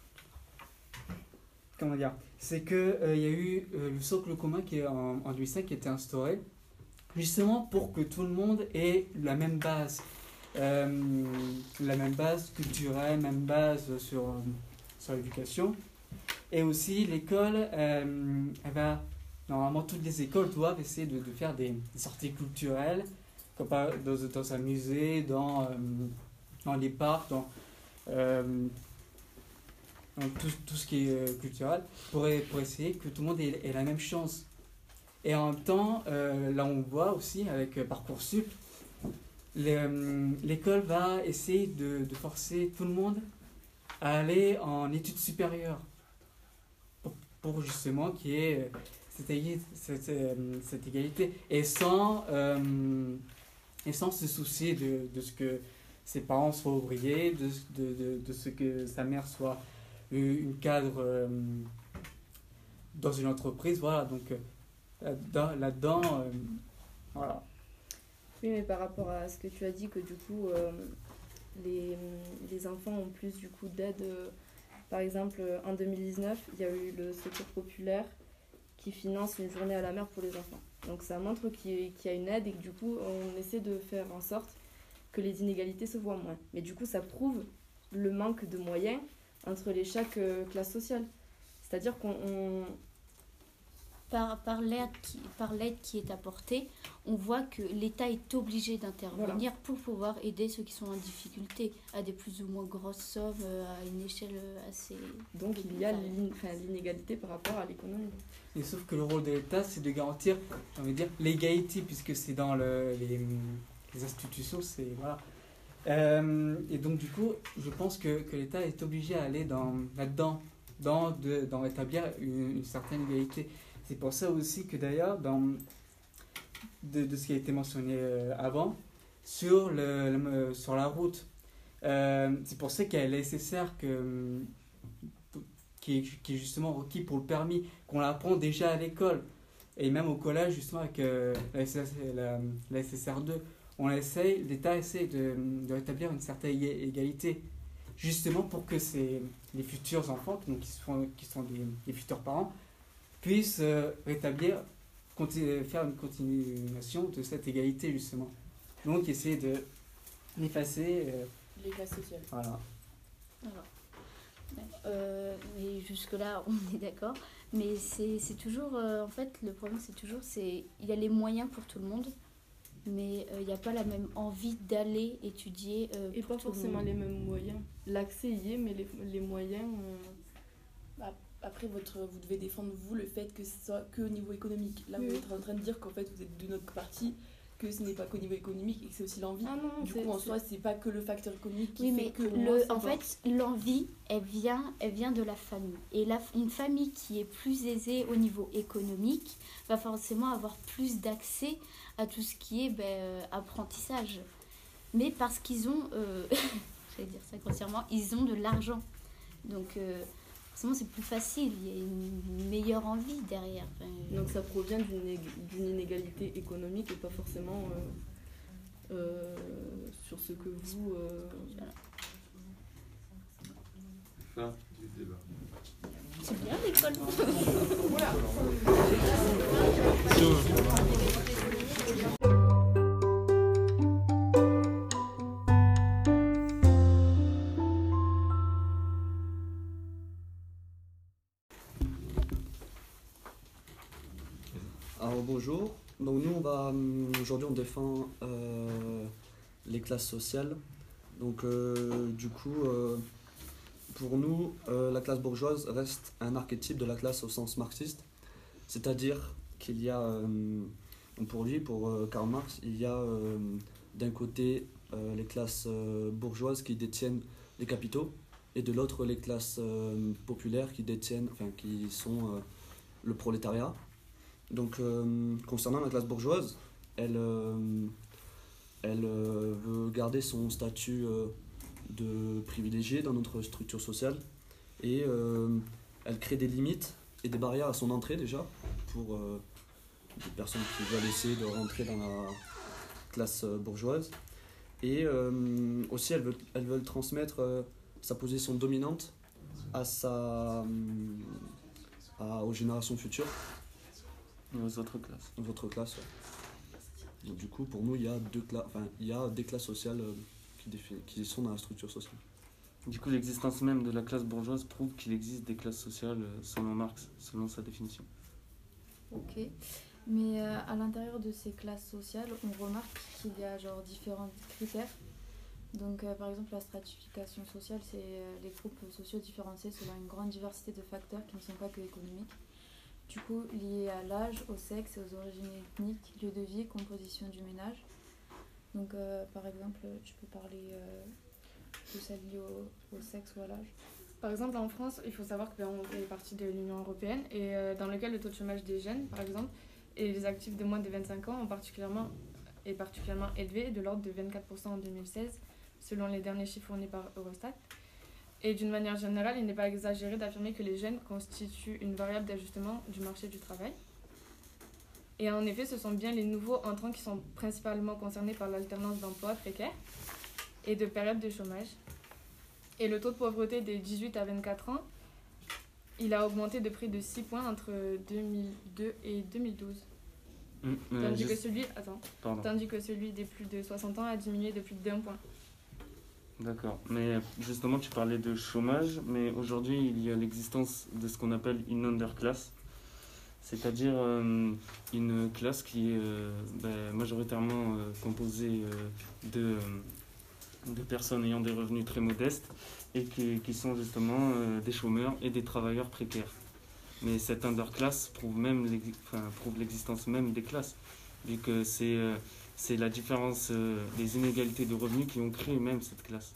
comment dire ? C'est qu'il euh, y a eu euh, le socle commun qui est en, en deux mille cinq qui a été instauré, justement pour que tout le monde ait la même base, euh, la même base culturelle, même base sur, sur l'éducation. Et aussi l'école, euh, elle va, normalement toutes les écoles doivent essayer de, de faire des, des sorties culturelles, comme dans, dans un musée, dans, euh, dans les parcs, dans, euh, dans tout, tout ce qui est culturel, pour, pour essayer que tout le monde ait, ait la même chance. Et en même temps, euh, là on voit aussi avec euh, Parcoursup, les, euh, l'école va essayer de, de forcer tout le monde à aller en études supérieures pour, pour justement qu'il y ait cette, cette, cette égalité et sans, euh, et sans se soucier de, de ce que ses parents soient ouvriers, de, de, de, de ce que sa mère soit une cadre euh, dans une entreprise. Voilà, donc... Là-dedans, là-dedans euh, voilà. Oui, mais par rapport à ce que tu as dit, que du coup, euh, les, les enfants ont plus du coup d'aide. euh, par exemple, euh, en deux mille dix-neuf, il y a eu le Secours populaire qui finance une journée à la mer pour les enfants. Donc ça montre qu'il y, qu'il y a une aide et que du coup, on essaie de faire en sorte que les inégalités se voient moins. Mais du coup, ça prouve le manque de moyens entre les chaque euh, classe sociale. C'est-à-dire qu'on... on- Par, par l'aide qui, par l'aide qui est apportée, on voit que l'État est obligé d'intervenir pour pouvoir aider ceux qui sont en difficulté à des plus ou moins grosses sommes, euh, à une échelle assez... Donc il y a l'in- enfin, l'inégalité par rapport à l'économie. Et sauf que le rôle de l'État, c'est de garantir, j'ai envie de dire, l'égalité, puisque c'est dans le, les, les institutions, c'est... Voilà. Euh, et donc, du coup, je pense que, que l'État est obligé à aller dans, là-dedans, dans, de, dans établir une, une certaine égalité. C'est pour ça aussi que d'ailleurs, dans, de, de ce qui a été mentionné euh, avant, sur, le, le- sur la route, euh, c'est pour ça qu'il est nécessaire que, qui est, qui est justement requis pour le permis, qu'on l'apprend déjà à l'école. Et même au collège, justement, avec euh, la, S S la, la S S R deux, on essaye, l'État essaie de, de rétablir une certaine éga- égalité, justement pour que ces, les futurs enfants, donc qui sont, qui sont des, des futurs parents, puissent euh, rétablir, continu- faire une continuation de cette égalité, justement. Donc, essayer de l'effacer. Euh, Les classes sociales. voilà. Alors, euh, mais jusque-là, on est d'accord. Mais c'est c'est toujours, euh, en fait, le problème, c'est toujours, c'est il y a les moyens pour tout le monde, mais euh, il n'y a pas la même envie d'aller étudier. euh, Et pour pas tout le forcément monde. les mêmes moyens. L'accès y est, mais les, les moyens... euh, Bah, Après, votre, vous devez défendre, vous, le fait que ce soit qu'au niveau économique. Là, Oui. vous êtes en train de dire qu'en fait, vous êtes de notre partie, que ce n'est pas qu'au niveau économique et que c'est aussi l'envie. Ah non, Du c'est- coup, en c'est- soi, c'est pas que le facteur économique qui Oui, fait mais que... le, moi, ça en va. fait, l'envie, elle vient, elle vient de la famille. Et la, une famille qui est plus aisée au niveau économique va forcément avoir plus d'accès à tout ce qui est ben, euh, apprentissage. Mais parce qu'ils ont, euh, je vais dire ça grossièrement, ils ont de l'argent. Donc, euh, forcément, c'est plus facile. Il y a une meilleure envie derrière. Enfin, Donc ça provient d'une ég- d'une inégalité économique et pas forcément euh, euh, sur ce que vous... euh, voilà. Fin du débat. C'est bien l'école. Alors bonjour, donc nous on va hum, aujourd'hui on défend euh, les classes sociales. Donc euh, du coup euh, pour nous euh, la classe bourgeoise reste un archétype de la classe au sens marxiste, c'est-à-dire qu'il y a euh, donc pour lui, pour euh, Karl Marx, il y a euh, d'un côté euh, les classes euh, bourgeoises qui détiennent les capitaux et de l'autre les classes euh, populaires qui détiennent, enfin qui sont euh, le prolétariat. Donc, euh, concernant la classe bourgeoise, elle, euh, elle euh, veut garder son statut euh, de privilégié dans notre structure sociale et euh, elle crée des limites et des barrières à son entrée déjà pour euh, des personnes qui veulent essayer de rentrer dans la classe euh, bourgeoise. Et euh, aussi, elle veut, elle veut transmettre euh, sa position dominante à sa, euh, à, aux générations futures. Aux autres classes. Aux autres classes, ouais. Donc, du coup, pour nous, il y a, deux cla- enfin, il y a des classes sociales euh, qui, défi- qui sont dans la structure sociale. Du coup, l'existence même de la classe bourgeoise prouve qu'il existe des classes sociales euh, selon Marx, selon sa définition. Ok, mais euh, à l'intérieur de ces classes sociales, on remarque qu'il y a genre différents critères. Donc euh, par exemple la stratification sociale, c'est euh, les groupes sociaux différenciés selon une grande diversité de facteurs qui ne sont pas que économiques. Du coup liés à l'âge, au sexe et aux origines ethniques, lieu de vie, composition du ménage. Donc euh, par exemple tu peux parler euh, de celle liée au, au sexe ou à l'âge. Par exemple, en France, il faut savoir qu'on fait partie de l'Union européenne et euh, dans lequel le taux de chômage des jeunes, par exemple, et les actifs de moins de vingt-cinq ans ont particulièrement, est particulièrement élevé, de l'ordre de vingt-quatre pour cent en deux mille seize, selon les derniers chiffres fournis par Eurostat. Et d'une manière générale, il n'est pas exagéré d'affirmer que les jeunes constituent une variable d'ajustement du marché du travail. Et en effet, ce sont bien les nouveaux entrants qui sont principalement concernés par l'alternance d'emplois précaires et de périodes de chômage. Et le taux de pauvreté des dix-huit à vingt-quatre ans, il a augmenté de près de six points entre deux mille deux et deux mille douze. Mmh, euh, tandis, juste... que celui, attends, tandis que celui des plus de soixante ans a diminué de plus d'un point. D'accord. Mais justement, tu parlais de chômage, mais aujourd'hui, il y a l'existence de ce qu'on appelle une underclass, c'est-à-dire euh, une classe qui est euh, ben, majoritairement euh, composée euh, de, euh, de personnes ayant des revenus très modestes et qui, qui sont justement euh, des chômeurs et des travailleurs précaires. Mais cette underclass prouve, même l'exi- enfin, prouve l'existence même des classes, vu que c'est, euh, c'est la différence, euh, les inégalités de revenus qui ont créé même cette classe.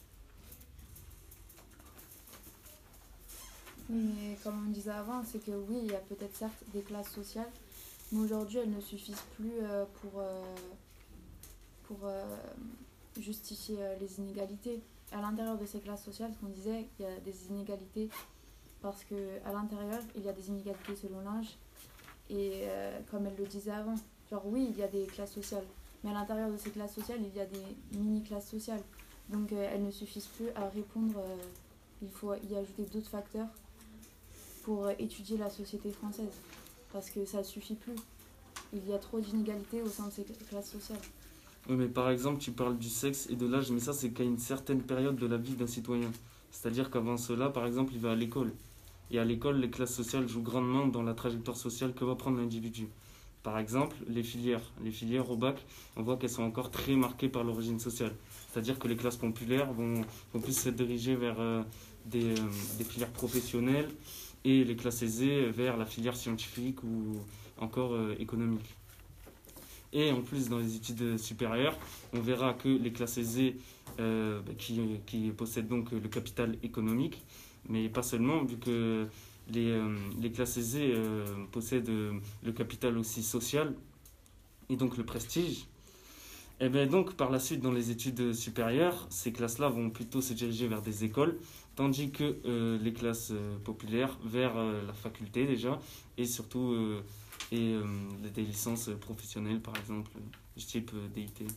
Oui, mais comme on disait avant, c'est que oui, il y a peut-être certes des classes sociales, mais aujourd'hui elles ne suffisent plus euh, pour, euh, pour euh, justifier euh, les inégalités. À l'intérieur de ces classes sociales, ce qu'on disait, il y a des inégalités parce qu'à l'intérieur, il y a des inégalités selon l'âge. Et euh, comme elle le disait avant, genre oui, il y a des classes sociales, mais à l'intérieur de ces classes sociales, il y a des mini-classes sociales. Donc euh, elles ne suffisent plus à répondre, euh, il faut y ajouter d'autres facteurs pour étudier la société française, parce que ça ne suffit plus. Il y a trop d'inégalités au sein de ces classes sociales. Oui, mais par exemple, tu parles du sexe et de l'âge, mais ça, c'est qu'à une certaine période de la vie d'un citoyen. C'est-à-dire qu'avant cela, par exemple, il va à l'école. Et à l'école, les classes sociales jouent grandement dans la trajectoire sociale que va prendre l'individu. Par exemple, les filières. Les filières au bac, on voit qu'elles sont encore très marquées par l'origine sociale. C'est-à-dire que les classes populaires vont, vont plus se diriger vers euh, des, euh, des filières professionnelles et les classes aisées vers la filière scientifique ou encore euh, économique. Et en plus, dans les études supérieures, on verra que les classes aisées euh, qui, qui possèdent donc le capital économique, mais pas seulement, vu que les, euh, les classes aisées euh, possèdent euh, le capital aussi social et donc le prestige. Et bien donc, par la suite, dans les études supérieures, ces classes-là vont plutôt se diriger vers des écoles, tandis que euh, les classes euh, populaires vers euh, la faculté déjà, et surtout euh, et, euh, des licences professionnelles, par exemple, du type euh, D I T.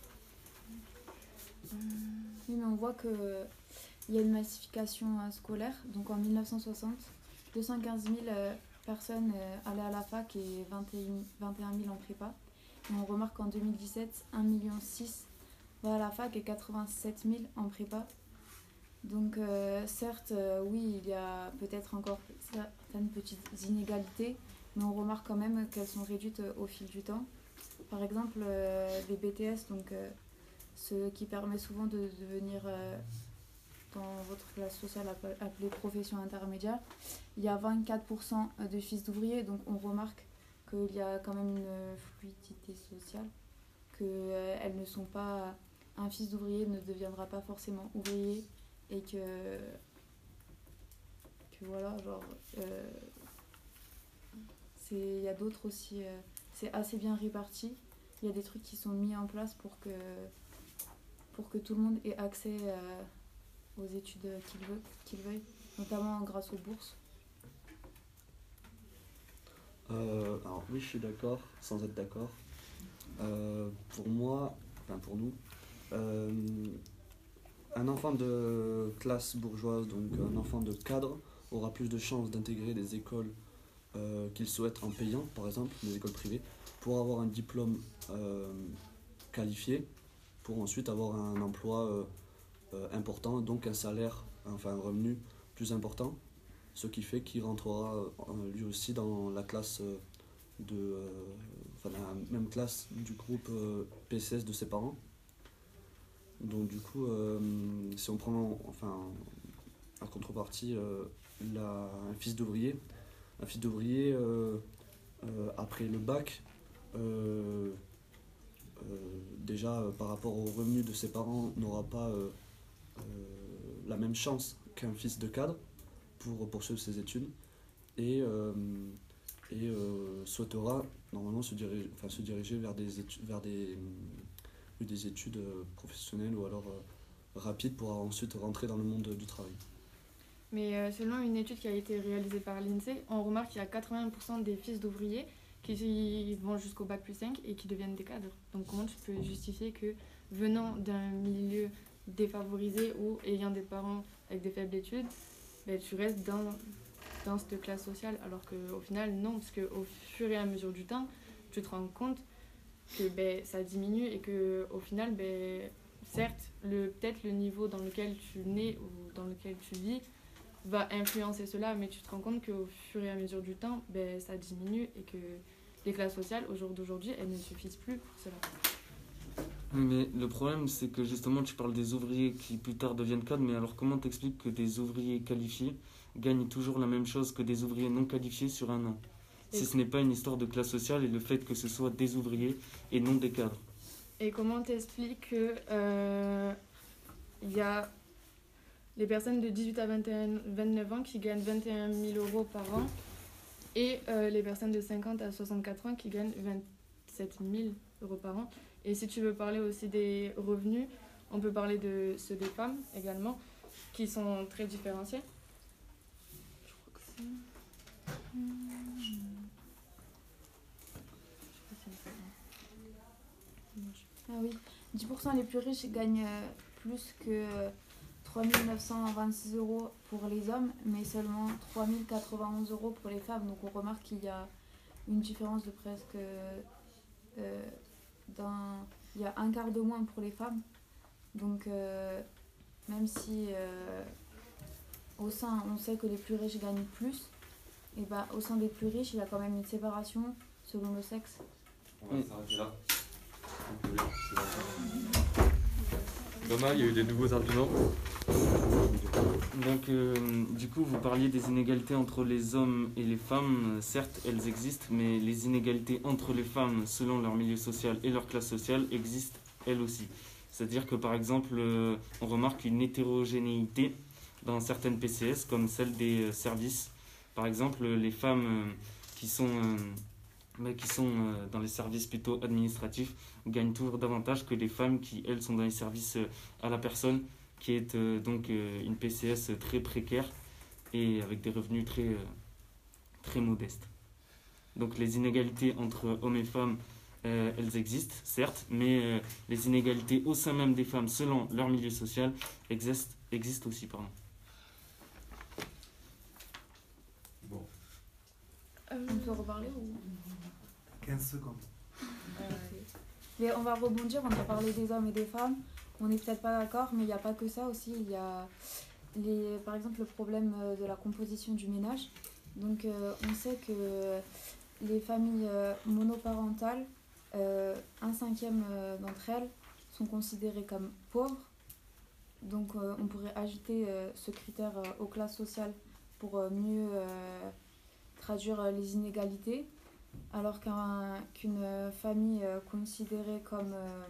Oui, mais on voit qu'il y a une massification euh, scolaire. Donc en mille neuf cent soixante, deux cent quinze mille euh, personnes euh, allaient à la fac et vingt et un mille en prépa. Et on remarque qu'en deux mille dix-sept, un virgule six million va à la fac et quatre-vingt-sept mille en prépa. Donc euh, certes, euh, oui, il y a peut-être encore certaines petites inégalités, mais on remarque quand même qu'elles sont réduites euh, au fil du temps. Par exemple, euh, les B T S, donc euh, ce qui permet souvent de devenir euh, dans votre classe sociale appelée profession intermédiaire, il y a vingt-quatre pour cent de fils d'ouvriers, donc on remarque qu'il y a quand même une fluidité sociale, qu'elles euh, ne sont pas... Un fils d'ouvrier ne deviendra pas forcément ouvrier, et que... que voilà, genre... Euh, il y a d'autres aussi... Euh, c'est assez bien réparti. Il y a des trucs qui sont mis en place pour que, pour que tout le monde ait accès euh, aux études qu'il veut, qu'il veuille, notamment grâce aux bourses. Euh, alors oui, je suis d'accord, sans être d'accord. Euh, pour moi, enfin pour nous, euh, un enfant de classe bourgeoise, donc un enfant de cadre, aura plus de chances d'intégrer des écoles euh, qu'il souhaite en payant, par exemple, des écoles privées, pour avoir un diplôme euh, qualifié, pour ensuite avoir un emploi euh, euh, important, donc un salaire, enfin un revenu plus important, ce qui fait qu'il rentrera euh, lui aussi dans la classe euh, de, euh, enfin la même classe du groupe euh, P C S de ses parents. Donc du coup, euh, si on prend enfin en contrepartie euh, la, un fils d'ouvrier, un fils d'ouvrier euh, euh, après le bac, euh, euh, déjà euh, par rapport aux revenus de ses parents, n'aura pas euh, euh, la même chance qu'un fils de cadre pour poursuivre ses études et, euh, et euh, souhaitera normalement se diriger, enfin, se diriger vers des études, vers des, des études professionnelles ou alors euh, rapides pour ensuite rentrer dans le monde du travail. Mais euh, selon une étude qui a été réalisée par l'INSEE, on remarque qu'il y a quatre-vingts pour cent des fils d'ouvriers qui vont jusqu'au bac plus cinq et qui deviennent des cadres. Donc comment tu peux justifier que venant d'un milieu défavorisé ou ayant des parents avec des faibles études, ben, tu restes dans, dans cette classe sociale, alors qu'au final, non, parce qu'au fur et à mesure du temps, tu te rends compte que ben, ça diminue et qu'au final, ben, certes, le, peut-être le niveau dans lequel tu nais ou dans lequel tu vis va influencer cela, mais tu te rends compte qu'au fur et à mesure du temps, ben, ça diminue et que les classes sociales, au jour d'aujourd'hui, elles ne suffisent plus pour cela. Oui, mais le problème, c'est que justement, tu parles des ouvriers qui plus tard deviennent cadres, mais alors comment t'expliques que des ouvriers qualifiés gagnent toujours la même chose que des ouvriers non qualifiés sur un an ? Si ce n'est pas une histoire de classe sociale et le fait que ce soit des ouvriers et non des cadres. Et comment t'expliques qu'il euh, y a les personnes de dix-huit à vingt et un, vingt-neuf ans qui gagnent vingt et un mille euros par an et euh, les personnes de cinquante à soixante-quatre ans qui gagnent vingt-sept mille euros par an. Et si tu veux parler aussi des revenus, on peut parler de ceux des femmes également, qui sont très différenciés. Je crois que c'est... Ah oui, dix pour cent les plus riches gagnent plus que trois mille neuf cent vingt-six euros pour les hommes, mais seulement trois mille quatre-vingt-onze euros pour les femmes. Donc on remarque qu'il y a une différence de presque... Euh, d'un, il y a un quart de moins pour les femmes. Donc euh, même si euh, au sein on sait que les plus riches gagnent plus, et bah, au sein des plus riches il y a quand même une séparation selon le sexe. On va s'arrêter là. Thomas, il y a eu des nouveaux arguments. Donc, euh, du coup, vous parliez des inégalités entre les hommes et les femmes. Certes, elles existent, mais les inégalités entre les femmes, selon leur milieu social et leur classe sociale, existent elles aussi. C'est-à-dire que, par exemple, euh, on remarque une hétérogénéité dans certaines P C S, comme celle des euh, services. Par exemple, les femmes euh, qui sont... Euh, mais qui sont euh, dans les services plutôt administratifs gagnent toujours davantage que les femmes qui, elles, sont dans les services euh, à la personne, qui est euh, donc euh, une P C S très précaire et avec des revenus très, euh, très modestes. Donc les inégalités entre hommes et femmes, euh, elles existent, certes, mais euh, les inégalités au sein même des femmes, selon leur milieu social, existent, existent aussi. Pardon. Bon. Euh... On peut reparler ou... quinze secondes. Mais on va rebondir, on a parlé des hommes et des femmes. On n'est peut-être pas d'accord, mais il n'y a pas que ça aussi. Il y a, les, par exemple, le problème de la composition du ménage. Donc, euh, on sait que les familles euh, monoparentales, euh, un cinquième euh, d'entre elles sont considérées comme pauvres. Donc, euh, on pourrait ajouter euh, ce critère euh, aux classes sociales pour euh, mieux euh, traduire euh, les inégalités. Alors qu'un, qu'une famille euh, considérée comme, euh,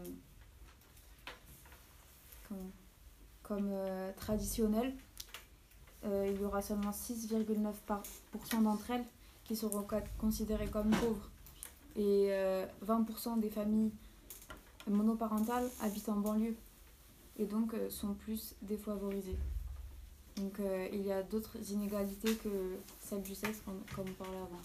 comme, comme euh, traditionnelle, euh, il y aura seulement six virgule neuf pour cent d'entre elles qui seront considérées comme pauvres. Et euh, vingt pour cent des familles monoparentales habitent en banlieue et donc euh, sont plus défavorisées. Donc euh, il y a d'autres inégalités que celles du sexe, comme, comme on parlait avant.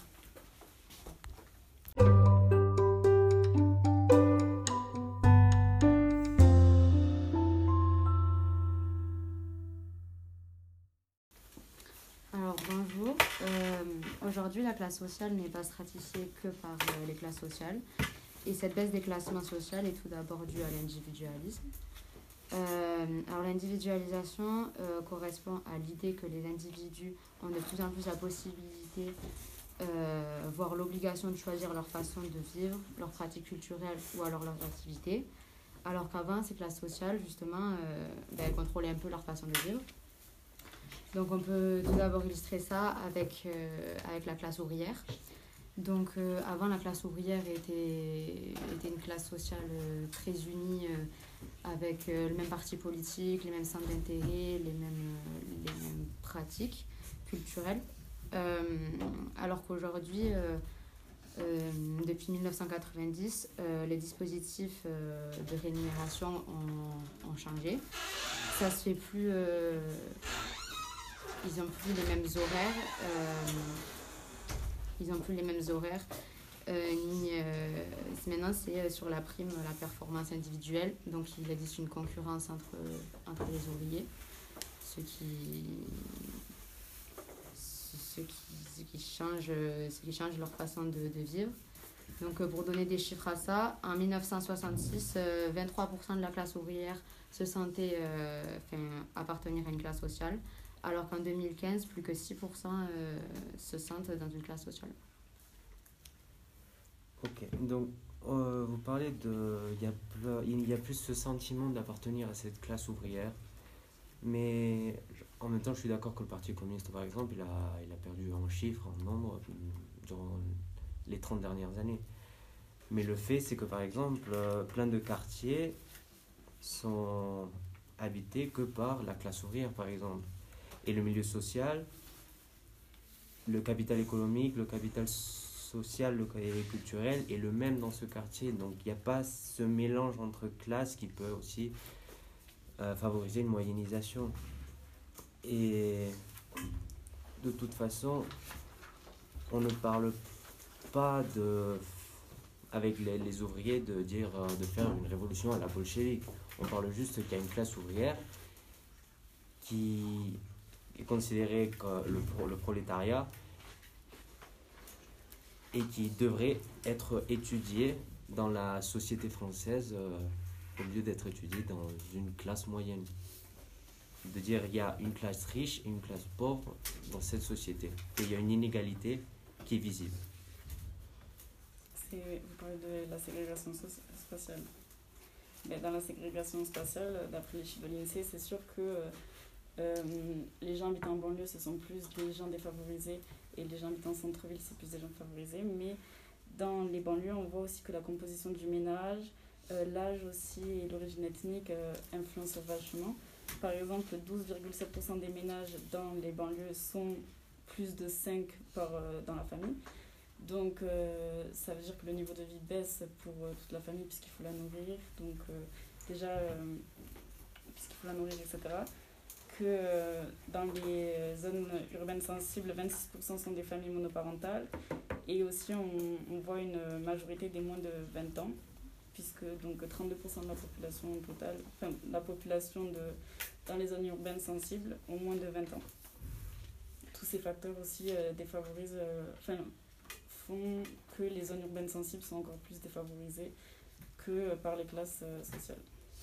Alors bonjour, euh, aujourd'hui la classe sociale n'est pas stratifiée que par euh, les classes sociales et cette baisse des classements sociaux est tout d'abord due à l'individualisme. Euh, alors l'individualisation euh, correspond à l'idée que les individus ont de plus en plus la possibilité Euh, voire l'obligation de choisir leur façon de vivre, leurs pratiques culturelles ou alors leurs activités, alors qu'avant, ces classes sociales, justement, euh, ben, elles contrôlaient un peu leur façon de vivre. Donc on peut tout d'abord illustrer ça avec, euh, avec la classe ouvrière. Donc euh, avant, la classe ouvrière était, était une classe sociale euh, très unie, euh, avec euh, le même parti politique, les mêmes centres d'intérêt, les mêmes, euh, les mêmes pratiques culturelles. Euh, alors qu'aujourd'hui, euh, euh, depuis mille neuf cent quatre-vingt-dix, euh, les dispositifs euh, de rémunération ont, ont changé. Ça se fait plus, euh, ils n'ont plus les mêmes horaires. Euh, ils n'ont plus les mêmes horaires. Euh, une ligne, euh, c'est- maintenant, c'est sur la prime, la performance individuelle. Donc, il existe une concurrence entre, entre les ouvriers, ceux qui, ceux qui, ceux qui, changent, ceux qui changent leur façon de, de vivre. Donc, pour donner des chiffres à ça, en mille neuf cent soixante-six, euh, vingt-trois pour cent de la classe ouvrière se sentait euh, appartenir à une classe sociale, alors qu'en deux mille quinze, plus que six pour cent euh, se sentent dans une classe sociale. Ok, donc euh, vous parlez de... Il y, a plus, il y a plus ce sentiment d'appartenir à cette classe ouvrière, mais en même temps je suis d'accord que le Parti communiste par exemple, il a, il a perdu en chiffres, en nombre, durant les trente dernières années. Mais le fait c'est que par exemple, euh, plein de quartiers sont habités que par la classe ouvrière par exemple. Et le milieu social, le capital économique, le capital social le, et culturel est le même dans ce quartier. Donc il n'y a pas ce mélange entre classes qui peut aussi euh, favoriser une moyennisation. Et de toute façon, on ne parle pas de, avec les, les ouvriers de dire de faire une révolution à la bolchevique. On parle juste qu'il y a une classe ouvrière qui est considérée comme le, le prolétariat et qui devrait être étudiée dans la société française euh, au lieu d'être étudiée dans une classe moyenne. De dire il y a une classe riche et une classe pauvre dans cette société. Et il y a une inégalité qui est visible. C'est, vous parlez de la ségrégation so- spatiale. Mais dans la ségrégation spatiale, d'après les chiffres de l'INSEE, c'est sûr que euh, les gens habitant en banlieue, ce sont plus des gens défavorisés, et les gens habitant en centre-ville, c'est plus des gens favorisés. Mais dans les banlieues, on voit aussi que la composition du ménage, euh, l'âge aussi et l'origine ethnique euh, influencent vachement. Par exemple, douze virgule sept pour cent des ménages dans les banlieues sont plus de cinq par, euh, dans la famille. Donc, euh, ça veut dire que le niveau de vie baisse pour euh, toute la famille puisqu'il faut la nourrir. Donc, euh, déjà, euh, puisqu'il faut la nourrir, et cetera. Que euh, dans les zones urbaines sensibles, vingt-six pour cent sont des familles monoparentales. Et aussi, on, on voit une majorité des moins de vingt ans, puisque donc, trente-deux pour cent de la population totale, enfin, la population de, dans les zones urbaines sensibles ont moins de vingt ans. Tous ces facteurs aussi euh, défavorisent, euh, enfin, font que les zones urbaines sensibles sont encore plus défavorisées que euh, par les classes euh, sociales.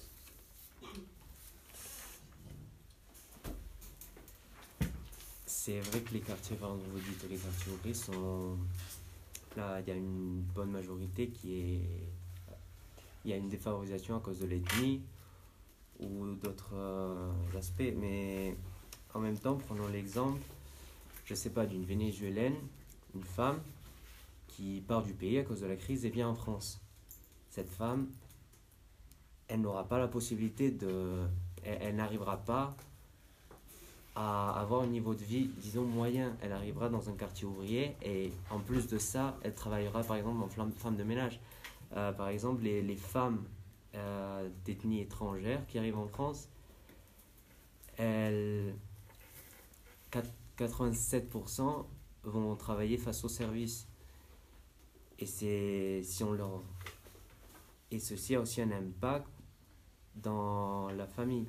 C'est vrai que les quartiers, enfin, vous dites les quartiers ouvriers sont... Là, il y a une bonne majorité qui est... Il y a une défavorisation à cause de l'ethnie ou d'autres euh, aspects. Mais en même temps, prenons l'exemple, je ne sais pas, d'une Vénézuélienne, une femme qui part du pays à cause de la crise et vient en France. Cette femme, elle n'aura pas la possibilité de... Elle, elle n'arrivera pas à avoir un niveau de vie, disons, moyen. Elle arrivera dans un quartier ouvrier et en plus de ça, elle travaillera par exemple en femme de ménage. Euh, par exemple, les, les femmes euh, d'ethnie étrangère qui arrivent en France, elles, quatre-vingt-sept pour cent vont travailler face au service. Et, c'est, si on leur... et ceci a aussi un impact dans la famille.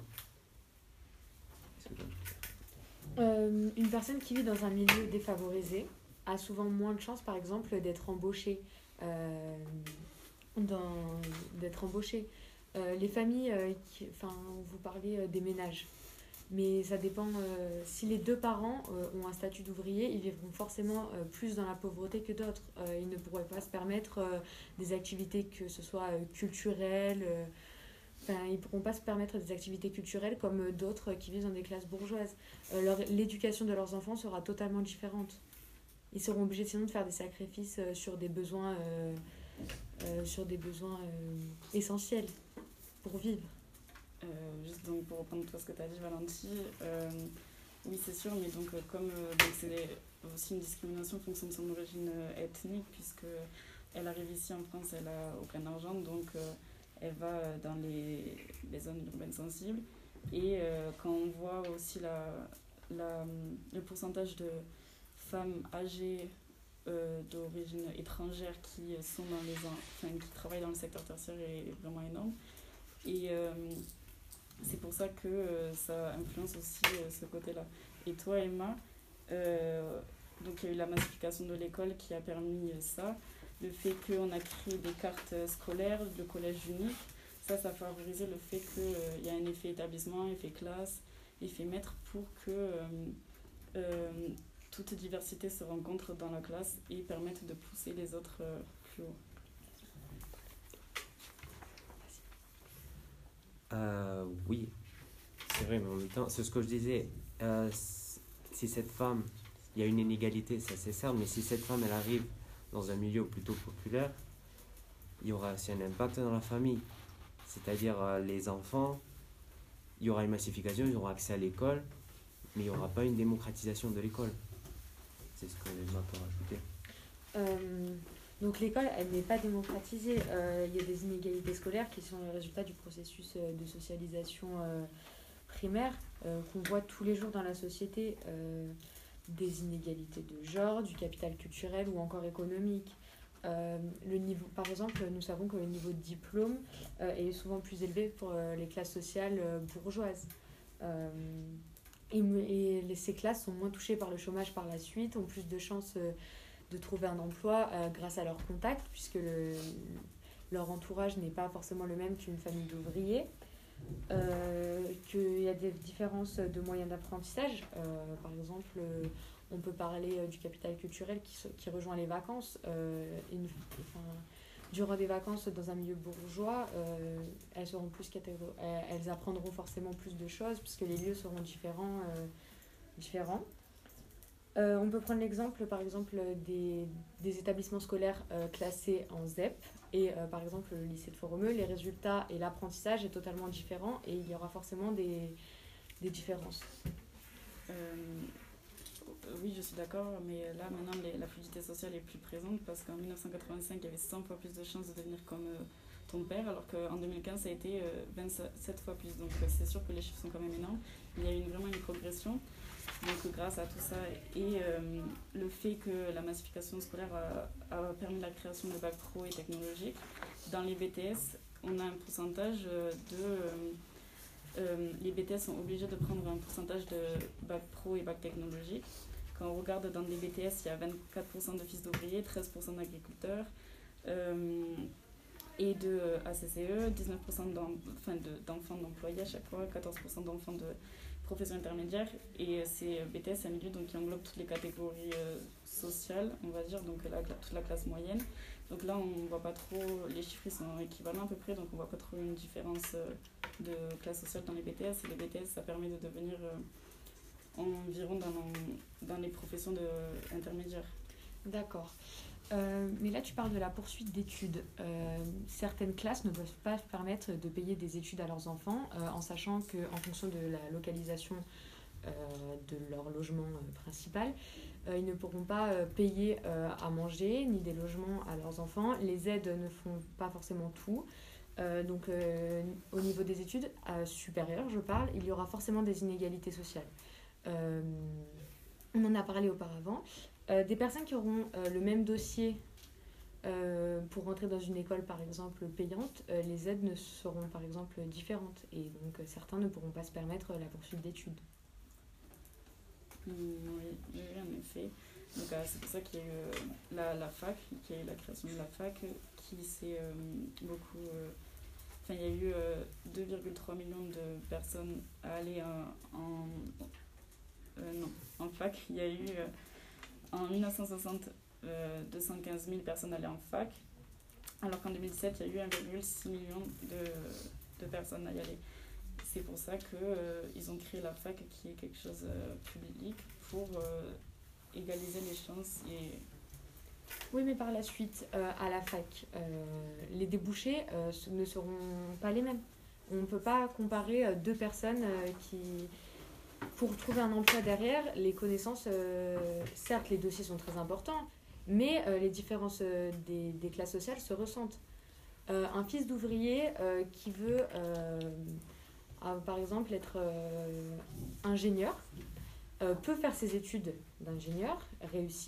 Euh, une personne qui vit dans un milieu défavorisé a souvent moins de chances, par exemple, d'être embauchée. Euh, dans, d'être embauchée. Euh, les familles, euh, qui, enfin, vous parlez euh, des ménages, mais ça dépend. Euh, si les deux parents euh, ont un statut d'ouvrier, ils vivront forcément euh, plus dans la pauvreté que d'autres. Euh, ils ne pourraient pas se permettre euh, des activités que ce soit euh, culturelles. Euh, Enfin, ils ne pourront pas se permettre des activités culturelles comme d'autres qui vivent dans des classes bourgeoises. Euh, leur, l'éducation de leurs enfants sera totalement différente. Ils seront obligés sinon de faire des sacrifices euh, sur des besoins, euh, euh, sur des besoins euh, essentiels pour vivre. Euh, juste donc pour reprendre tout ce que tu as dit, Valentin, euh, oui c'est sûr, mais donc comme euh, donc c'est aussi une discrimination en fonction de son origine euh, ethnique, puisque elle arrive ici en France, elle a aucun argent, donc euh, elle va dans les, les zones urbaines sensibles. Et euh, quand on voit aussi la, la, le pourcentage de femmes âgées euh, d'origine étrangère qui, sont dans les, enfin, qui travaillent dans le secteur tertiaire est vraiment énorme. Et euh, c'est pour ça que euh, ça influence aussi euh, ce côté-là. Et toi, Emma, euh, donc il y a eu la massification de l'école qui a permis ça. Le fait qu'on a créé des cartes scolaires, le collège unique, ça, ça a favorisé le fait qu'il euh, y a un effet établissement, effet classe, effet maître pour que euh, euh, toute diversité se rencontre dans la classe et permette de pousser les autres euh, plus haut. Euh, oui, c'est vrai, mais en même temps, c'est ce que je disais. Euh, si cette femme, il y a une inégalité, ça c'est certain, mais si cette femme, elle arrive dans un milieu plutôt populaire, il y aura aussi un impact dans la famille. C'est-à-dire euh, les enfants, il y aura une massification, ils auront accès à l'école, mais il n'y aura pas une démocratisation de l'école. C'est ce que Emma peut rajouter. Euh, donc l'école, elle n'est pas démocratisée. Euh, il y a des inégalités scolaires qui sont le résultat du processus de socialisation euh, primaire euh, qu'on voit tous les jours dans la société. Euh, des inégalités de genre, du capital culturel ou encore économique. Euh, le niveau, par exemple, nous savons que le niveau de diplôme euh, est souvent plus élevé pour euh, les classes sociales euh, bourgeoises. Euh, et, et les, ces classes sont moins touchées par le chômage par la suite, ont plus de chances euh, de trouver un emploi euh, grâce à leurs contacts, puisque le, leur entourage n'est pas forcément le même qu'une famille d'ouvriers. Euh, qu'il y a des différences de moyens d'apprentissage. Euh, par exemple, euh, on peut parler euh, du capital culturel qui, qui rejoint les vacances. Euh, une, enfin, durant des vacances dans un milieu bourgeois, euh, elles, seront plus catégor- elles apprendront forcément plus de choses puisque les lieux seront différents. Euh, différents. Euh, on peut prendre l'exemple, par exemple, des, des établissements scolaires euh, classés en Z E P. Et euh, par exemple, le lycée de Foromeux, les résultats et l'apprentissage est totalement différent et il y aura forcément des, des différences. Euh, oui, je suis d'accord, mais là, maintenant, les, la fluidité sociale est plus présente parce qu'en mille neuf cent quatre-vingt-cinq, il y avait cent fois plus de chances de devenir comme euh, ton père, alors qu'en deux mille quinze, ça a été euh, vingt-sept fois plus. Donc, euh, c'est sûr que les chiffres sont quand même énormes. Il y a eu une, vraiment une progression. Donc grâce à tout ça et euh, le fait que la massification scolaire a, a permis la création de bacs pro et technologiques, dans les B T S, on a un pourcentage de... Euh, euh, les B T S sont obligés de prendre un pourcentage de bacs pro et bacs technologiques. Quand on regarde dans les B T S, il y a vingt-quatre pour cent de fils d'ouvriers, treize pour cent d'agriculteurs euh, et de A C C E, dix-neuf pour cent d'en, enfin de, d'enfants d'employés à chaque fois, quatorze pour cent d'enfants de profession intermédiaire, et c'est B T S, c'est un milieu donc, qui englobe toutes les catégories euh, sociales, on va dire, donc la, toute la classe moyenne. Donc là, on ne voit pas trop, les chiffres sont équivalents à peu près, donc on ne voit pas trop une différence euh, de classe sociale dans les B T S. Et les B T S, ça permet de devenir euh, environ dans, dans les professions de, intermédiaires. D'accord. Euh, mais là, tu parles de la poursuite d'études. Euh, certaines classes ne peuvent pas permettre de payer des études à leurs enfants, euh, en sachant qu'en fonction de la localisation euh, de leur logement euh, principal, euh, ils ne pourront pas euh, payer euh, à manger ni des logements à leurs enfants. Les aides ne font pas forcément tout. Euh, donc, euh, au niveau des études euh, supérieures, je parle, il y aura forcément des inégalités sociales. Euh, on en a parlé auparavant. Euh, des personnes qui auront euh, le même dossier euh, pour rentrer dans une école par exemple payante, euh, les aides ne seront par exemple différentes et donc euh, certains ne pourront pas se permettre euh, la poursuite d'études. Mmh, oui, oui, en effet. Donc euh, c'est pour ça qu'il y a eu euh, la, la fac, qu'il y a eu la création de la fac qui s'est euh, beaucoup... Enfin, euh, il y a eu euh, deux virgule trois millions de personnes à aller en... en euh, non, en fac. Il y a eu... Euh, En mille neuf cent soixante, euh, deux cent quinze mille personnes allaient en fac, alors qu'en deux mille sept, il y a eu un virgule six million de, de personnes à y aller. C'est pour ça qu'ils euh, ont créé la fac, qui est quelque chose de euh, public, pour euh, égaliser les chances. Et... Oui, mais par la suite, euh, à la fac, euh, les débouchés euh, ne seront pas les mêmes. On ne peut pas comparer euh, deux personnes euh, qui... Pour trouver un emploi derrière, les connaissances, euh, certes, les dossiers sont très importants, mais euh, les différences euh, des, des classes sociales se ressentent. Euh, un fils d'ouvrier euh, qui veut, euh, euh, par exemple, être euh, ingénieur, euh, peut faire ses études d'ingénieur, réussi,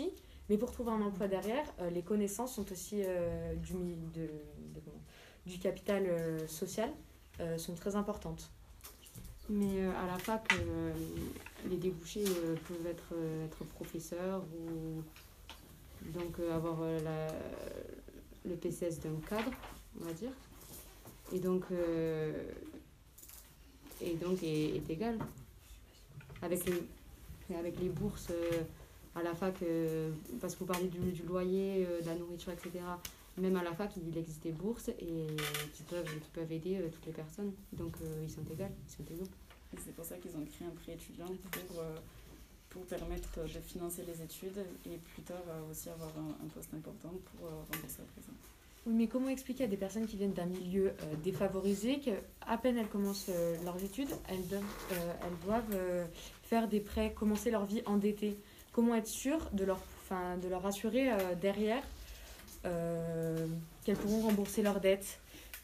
Mais pour trouver un emploi derrière, euh, les connaissances sont aussi euh, du, mi- de, de- comment, du capital euh, social, euh, sont très importantes. Mais euh, à la fac, euh, les débouchés euh, peuvent être, euh, être professeur ou donc euh, avoir euh, la, le P C S d'un cadre, on va dire. Et donc, euh, et donc est, est égal. Avec les, avec les bourses euh, à la fac, euh, parce que vous parlez du, du loyer, euh, de la nourriture, et cetera. Même à la fac, il existe des bourses et qui peuvent, qui peuvent aider euh, toutes les personnes. Donc euh, ils sont égaux, ils sont égaux. Et c'est pour ça qu'ils ont créé un prêt étudiant pour, euh, pour permettre de financer les études et plus tard euh, aussi avoir un, un poste important pour euh, rembourser après ça. Oui, mais comment expliquer à des personnes qui viennent d'un milieu euh, défavorisé qu'à peine elles commencent euh, leurs études, elles, doivent, euh, elles doivent euh, faire des prêts, commencer leur vie endettée. Comment être sûr de leur, enfin, de leur assurer euh, derrière euh, qu'elles pourront rembourser leurs dettes?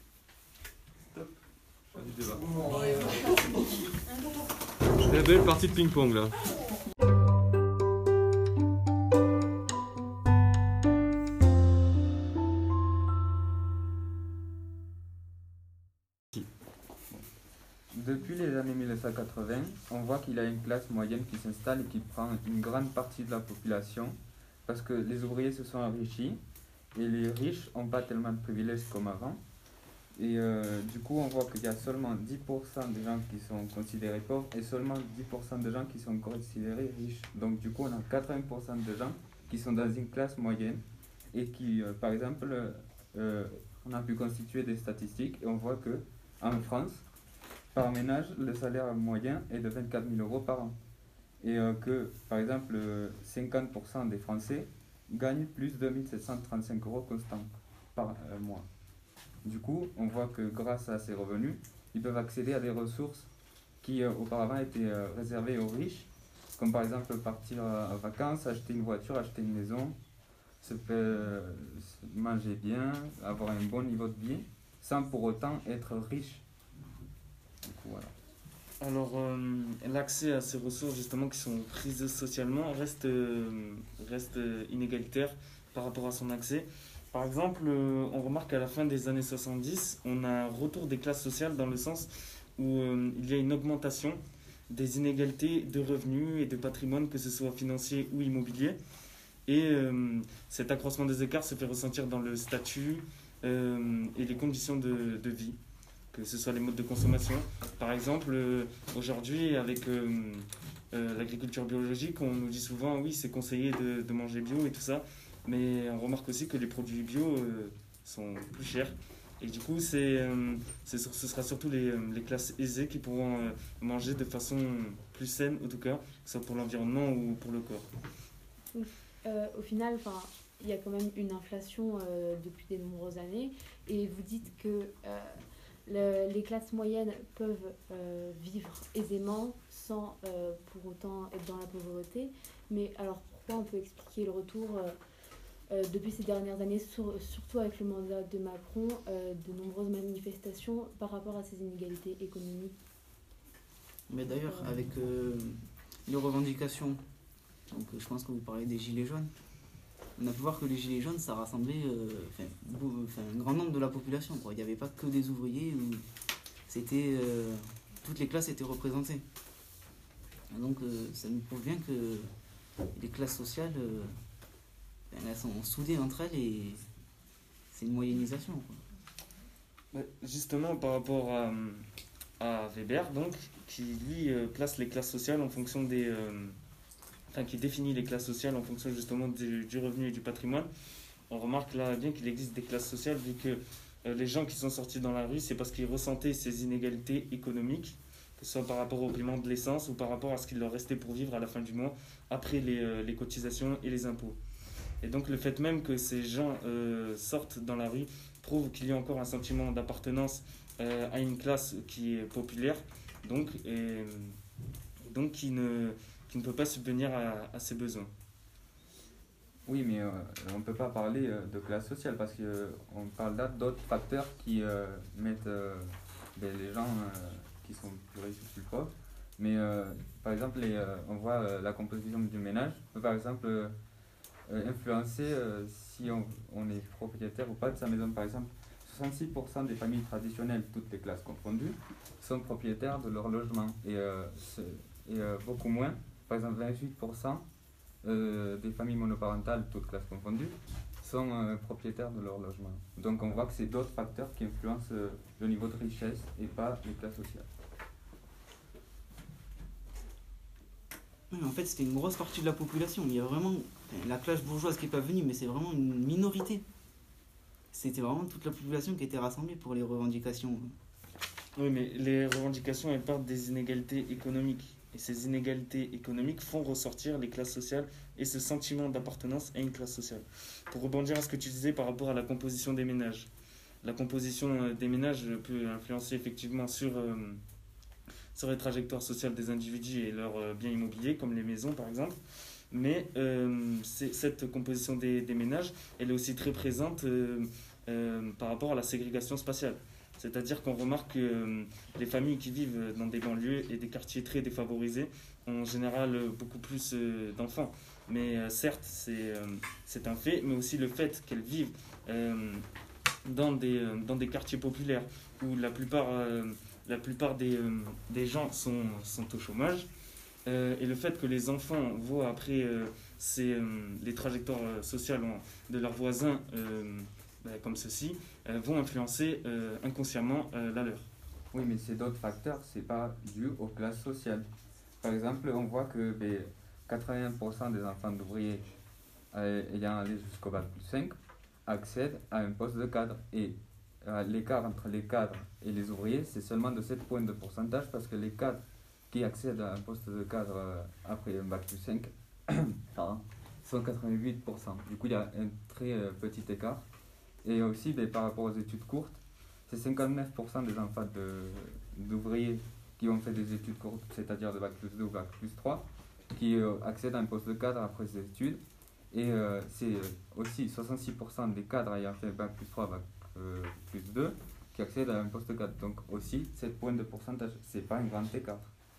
Pas du débat. C'est une belle partie de ping-pong là. Depuis les années mille neuf cent quatre-vingts, on voit qu'il y a une classe moyenne qui s'installe et qui prend une grande partie de la population parce que les ouvriers se sont enrichis et les riches n'ont pas tellement de privilèges comme avant. Et euh, du coup, on voit qu'il y a seulement dix pour cent des gens qui sont considérés pauvres et seulement dix pour cent de gens qui sont considérés riches. Donc du coup, on a quatre-vingts pour cent de gens qui sont dans une classe moyenne et qui, euh, par exemple, euh, on a pu constituer des statistiques et on voit que en France, par ménage, le salaire moyen est de vingt-quatre mille euros par an. Et euh, que, par exemple, cinquante pour cent des Français gagnent plus de mille sept cent trente-cinq euros constants par euh, mois. Du coup, on voit que grâce à ces revenus, ils peuvent accéder à des ressources qui euh, auparavant étaient euh, réservées aux riches, comme par exemple partir en vacances, acheter une voiture, acheter une maison, se faire, euh, manger bien, avoir un bon niveau de vie, sans pour autant être riche. Du coup, voilà. Alors, euh, l'accès à ces ressources justement qui sont prises socialement reste, euh, reste inégalitaire par rapport à son accès. Par exemple, euh, on remarque qu'à la fin des années soixante-dix, on a un retour des classes sociales dans le sens où euh, il y a une augmentation des inégalités de revenus et de patrimoine, que ce soit financier ou immobilier. Et euh, cet accroissement des écarts se fait ressentir dans le statut euh, et les conditions de, de vie, que ce soit les modes de consommation. Par exemple, euh, aujourd'hui, avec euh, euh, l'agriculture biologique, on nous dit souvent, oui, c'est conseillé de, de manger bio et tout ça, mais on remarque aussi que les produits bio euh, sont plus chers. Et du coup, c'est, euh, c'est, ce sera surtout les, les classes aisées qui pourront euh, manger de façon plus saine, en tout cas, que ce soit pour l'environnement ou pour le corps. Donc, euh, au final, il y a quand même une inflation euh, depuis de nombreuses années, et vous dites que euh, le, les classes moyennes peuvent euh, vivre aisément sans euh, pour autant être dans la pauvreté. Mais alors pourquoi on peut expliquer le retour euh, euh, depuis ces dernières années, sur, surtout avec le mandat de Macron, euh, de nombreuses manifestations par rapport à ces inégalités économiques? Mais d'ailleurs, avec euh, les revendications, donc je pense que vous parlez des gilets jaunes, on a pu voir que les gilets jaunes, ça rassemblait euh, enfin, beau, enfin, un grand nombre de la population, quoi. Il n'y avait pas que des ouvriers, où c'était, euh, toutes les classes étaient représentées. Et donc euh, ça nous prouve bien que les classes sociales, euh, ben, elles sont soudées entre elles et c'est une moyennisation, quoi. Justement, par rapport à, à Weber, donc, qui lui euh, place les classes sociales en fonction des... Euh, enfin, qui définit les classes sociales en fonction justement du, du revenu et du patrimoine, on remarque là bien qu'il existe des classes sociales, vu que euh, les gens qui sont sortis dans la rue, c'est parce qu'ils ressentaient ces inégalités économiques, que ce soit par rapport au paiement de l'essence ou par rapport à ce qu'il leur restait pour vivre à la fin du mois, après les, euh, les cotisations et les impôts. Et donc le fait même que ces gens euh, sortent dans la rue prouve qu'il y a encore un sentiment d'appartenance euh, à une classe qui est populaire, donc, et, donc qui ne... qui ne peut pas subvenir à, à ses besoins. Oui, mais euh, on ne peut pas parler euh, de classe sociale parce qu'on euh, parle là d'autres facteurs qui euh, mettent euh, ben, les gens euh, qui sont plus riches ou plus pauvres. Mais euh, par exemple, les, euh, on voit euh, la composition du ménage. Par exemple, euh, euh, influencer euh, si on, on est propriétaire ou pas de sa maison. Par exemple, soixante-six pour cent des familles traditionnelles, toutes les classes confondues, sont propriétaires de leur logement. Et, euh, et euh, beaucoup moins, par exemple vingt-huit pour cent euh, des familles monoparentales, toutes classes confondues, sont euh, propriétaires de leur logement. Donc on voit que c'est d'autres facteurs qui influencent euh, le niveau de richesse et pas les classes sociales. Oui, en fait, c'était une grosse partie de la population. Il y a vraiment enfin, la classe bourgeoise qui n'est pas venue, mais c'est vraiment une minorité. C'était vraiment toute la population qui était rassemblée pour les revendications. Oui, mais les revendications, elles partent des inégalités économiques. Et ces inégalités économiques font ressortir les classes sociales et ce sentiment d'appartenance à une classe sociale. Pour rebondir à ce que tu disais par rapport à la composition des ménages. La composition des ménages peut influencer effectivement sur, euh, sur les trajectoires sociales des individus et leurs euh, biens immobiliers, comme les maisons par exemple. Mais euh, c'est, cette composition des, des ménages, elle est aussi très présente euh, euh, par rapport à la ségrégation spatiale. C'est-à-dire qu'on remarque que euh, les familles qui vivent dans des banlieues et des quartiers très défavorisés ont en général beaucoup plus euh, d'enfants. Mais euh, certes, c'est, euh, c'est un fait, mais aussi le fait qu'elles vivent euh, dans, des, euh, dans des quartiers populaires où la plupart, euh, la plupart des, euh, des gens sont, sont au chômage. Euh, et le fait que les enfants voient après euh, ces, euh, les trajectoires euh, sociales en, de leurs voisins euh, bah, comme ceci, euh, vont influencer euh, inconsciemment euh, la leur. Oui, mais c'est d'autres facteurs, c'est pas dû aux classes sociales. Par exemple, on voit que ben, quatre-vingts pour cent des enfants d'ouvriers euh, ayant allé jusqu'au bac plus cinq accèdent à un poste de cadre. Et euh, l'écart entre les cadres et les ouvriers, c'est seulement de sept points de pourcentage parce que les cadres qui accèdent à un poste de cadre euh, après un bac plus cinq pardon, sont quatre-vingt-huit pour cent. Du coup, il y a un très euh, petit écart. Et aussi, ben, par rapport aux études courtes, c'est cinquante-neuf pour cent des enfants de, d'ouvriers qui ont fait des études courtes, c'est-à-dire de bac plus deux ou bac plus trois, qui euh, accèdent à un poste de cadre après ces études. Et euh, c'est euh, aussi soixante-six pour cent des cadres ayant fait bac plus trois, bac euh, plus deux, qui accèdent à un poste de cadre. Donc aussi, sept points de pourcentage, c'est pas un grand écart.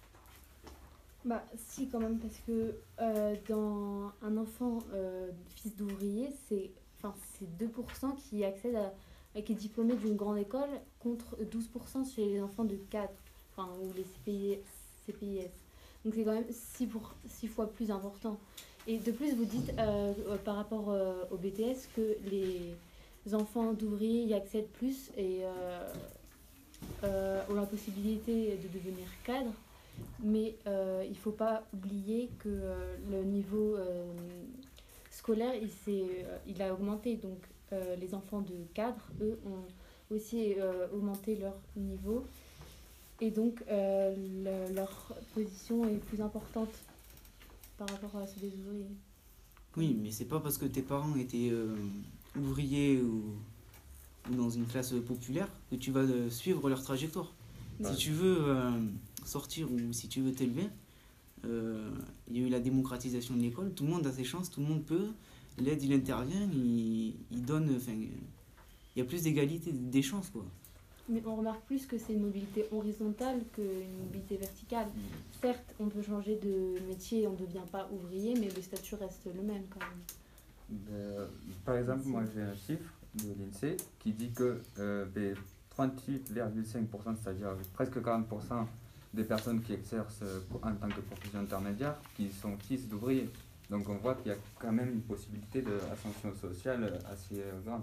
Bah si quand même, parce que euh, dans un enfant euh, fils d'ouvrier, c'est enfin c'est deux pour cent qui accèdent à, à qui est diplômé d'une grande école contre douze pour cent chez les enfants de cadre, enfin ou les C P I S. Donc c'est quand même six, pour, six fois plus important. Et de plus, vous dites euh, euh, par rapport euh, au B T S que les enfants d'ouvriers y accèdent plus et euh, euh, ont la possibilité de devenir cadre. Mais euh, il ne faut pas oublier que euh, le niveau euh, scolaire, il, s'est, euh, il a augmenté. Donc euh, les enfants de cadre, eux, ont aussi euh, augmenté leur niveau. Et donc euh, le, leur position est plus importante par rapport à ceux des ouvriers. Oui, mais c'est pas parce que tes parents étaient euh, ouvriers ou, ou dans une classe populaire que tu vas euh, suivre leur trajectoire. Ouais. Si tu veux euh, sortir ou si tu veux t'élever, euh, il y a eu la démocratisation de l'école, tout le monde a ses chances, tout le monde peut, l'aide il intervient, il, il donne, enfin, il y a plus d'égalité des chances quoi. Mais on remarque plus que c'est une mobilité horizontale qu'une mobilité verticale. Mmh. Certes, on peut changer de métier, on ne devient pas ouvrier, mais le statut reste le même quand même. Euh, par exemple, moi j'ai un chiffre de l'INSEE qui dit que euh, ben, trente-huit virgule cinq pour cent, c'est-à-dire presque quarante pour cent des personnes qui exercent en tant que profession intermédiaire, qui sont fils d'ouvriers. Donc on voit qu'il y a quand même une possibilité d'ascension sociale assez euh, grande.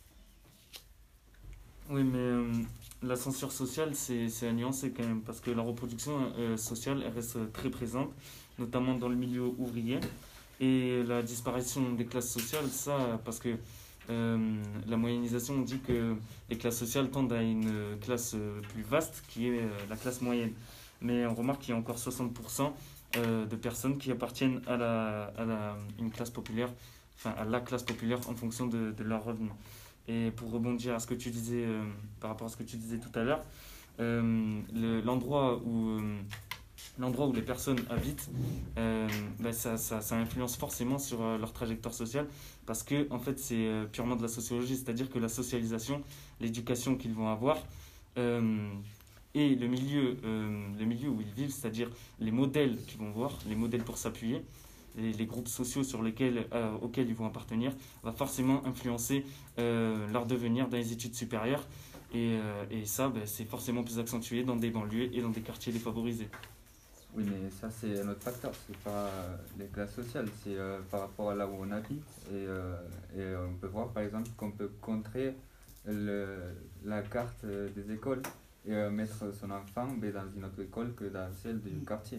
Oui, mais euh, l'ascension sociale, c'est, c'est à nuancer quand même, parce que la reproduction euh, sociale, elle reste très présente, notamment dans le milieu ouvrier. Et la disparition des classes sociales, ça, parce que euh, la moyennisation dit que les classes sociales tendent à une classe plus vaste, qui est euh, la classe moyenne. Mais on remarque qu'il y a encore soixante pour cent euh, de personnes qui appartiennent à, la, à la, une classe populaire, enfin à la classe populaire en fonction de, de leurs revenus. Et pour rebondir à ce que tu disais, euh, par rapport à ce que tu disais tout à l'heure, euh, le, l'endroit, où, euh, l'endroit où les personnes habitent, euh, bah ça, ça, ça influence forcément sur euh, leur trajectoire sociale, parce que en fait, c'est euh, purement de la sociologie, c'est-à-dire que la socialisation, l'éducation qu'ils vont avoir, euh, et le milieu, euh, le milieu où ils vivent, c'est-à-dire les modèles qu'ils vont voir, les modèles pour s'appuyer, les, les groupes sociaux sur lesquels, euh, auxquels ils vont appartenir, va forcément influencer euh, leur devenir dans les études supérieures. Et, euh, et ça, ben, c'est forcément plus accentué dans des banlieues et dans des quartiers défavorisés. Oui, mais ça, c'est un autre facteur. C'est pas euh, les classes sociales, c'est euh, par rapport à là où on habite. Et, euh, et on peut voir, par exemple, qu'on peut contrer le, la carte euh, des écoles et euh, mettre son enfant ben, dans une autre école que dans celle du quartier.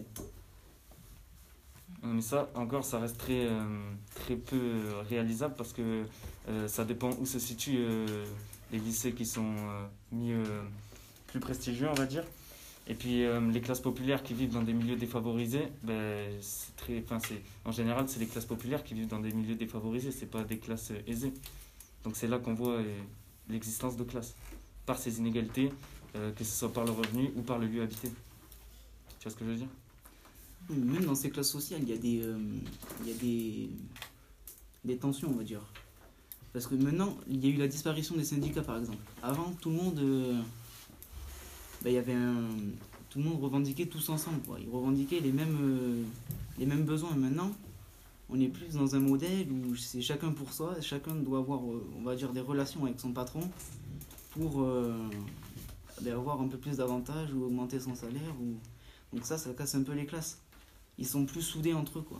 Mais ça, encore, ça reste très, euh, très peu réalisable parce que euh, ça dépend où se situent euh, les lycées qui sont euh, mis euh, plus prestigieux, on va dire. Et puis euh, les classes populaires qui vivent dans des milieux défavorisés, ben, c'est très, enfin, c'est, en général, c'est les classes populaires qui vivent dans des milieux défavorisés, c'est pas des classes euh, aisées. Donc c'est là qu'on voit euh, l'existence de classes, par ces inégalités, euh, que ce soit par le revenu ou par le lieu habité. Tu vois ce que je veux dire ? Même dans ces classes sociales, il y a des, euh, il y a des, des tensions, on va dire. Parce que maintenant, il y a eu la disparition des syndicats, par exemple. Avant, tout le monde, euh, bah, il y avait un, tout le monde revendiquait tous ensemble, quoi. Ils revendiquaient les mêmes, euh, les mêmes besoins. Maintenant, on est plus dans un modèle où c'est chacun pour soi, chacun doit avoir, euh, on va dire, des relations avec son patron pour euh, bah, avoir un peu plus d'avantages ou augmenter son salaire. Ou... Donc ça, ça casse un peu les classes. Ils sont plus soudés entre eux, quoi.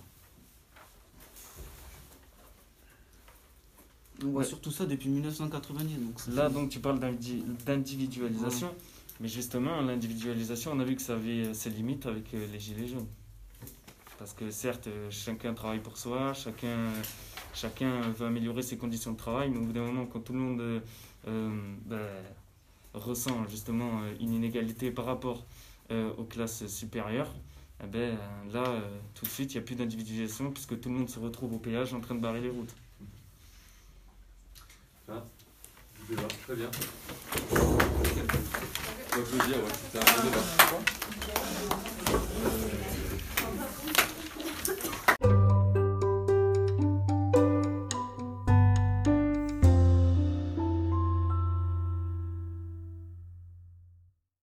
On voit Ouais. surtout ça depuis mille neuf cent quatre-vingt-dix. Donc ça Là, fait- donc, tu parles d'indi- d'individualisation, Ouais. mais justement, l'individualisation, on a vu que ça avait euh, ses limites avec euh, les gilets jaunes. Parce que certes, euh, chacun travaille pour soi, chacun, chacun veut améliorer ses conditions de travail, mais au bout d'un moment, quand tout le monde euh, euh, ben, ressent justement euh, une inégalité par rapport euh, aux classes supérieures, eh ben, là, euh, tout de suite, il n'y a plus d'individualisation puisque tout le monde se retrouve au péage en train de barrer les routes. Ah, du débat, très bien. On peut applaudir, ouais, c'était un bon débat. Euh,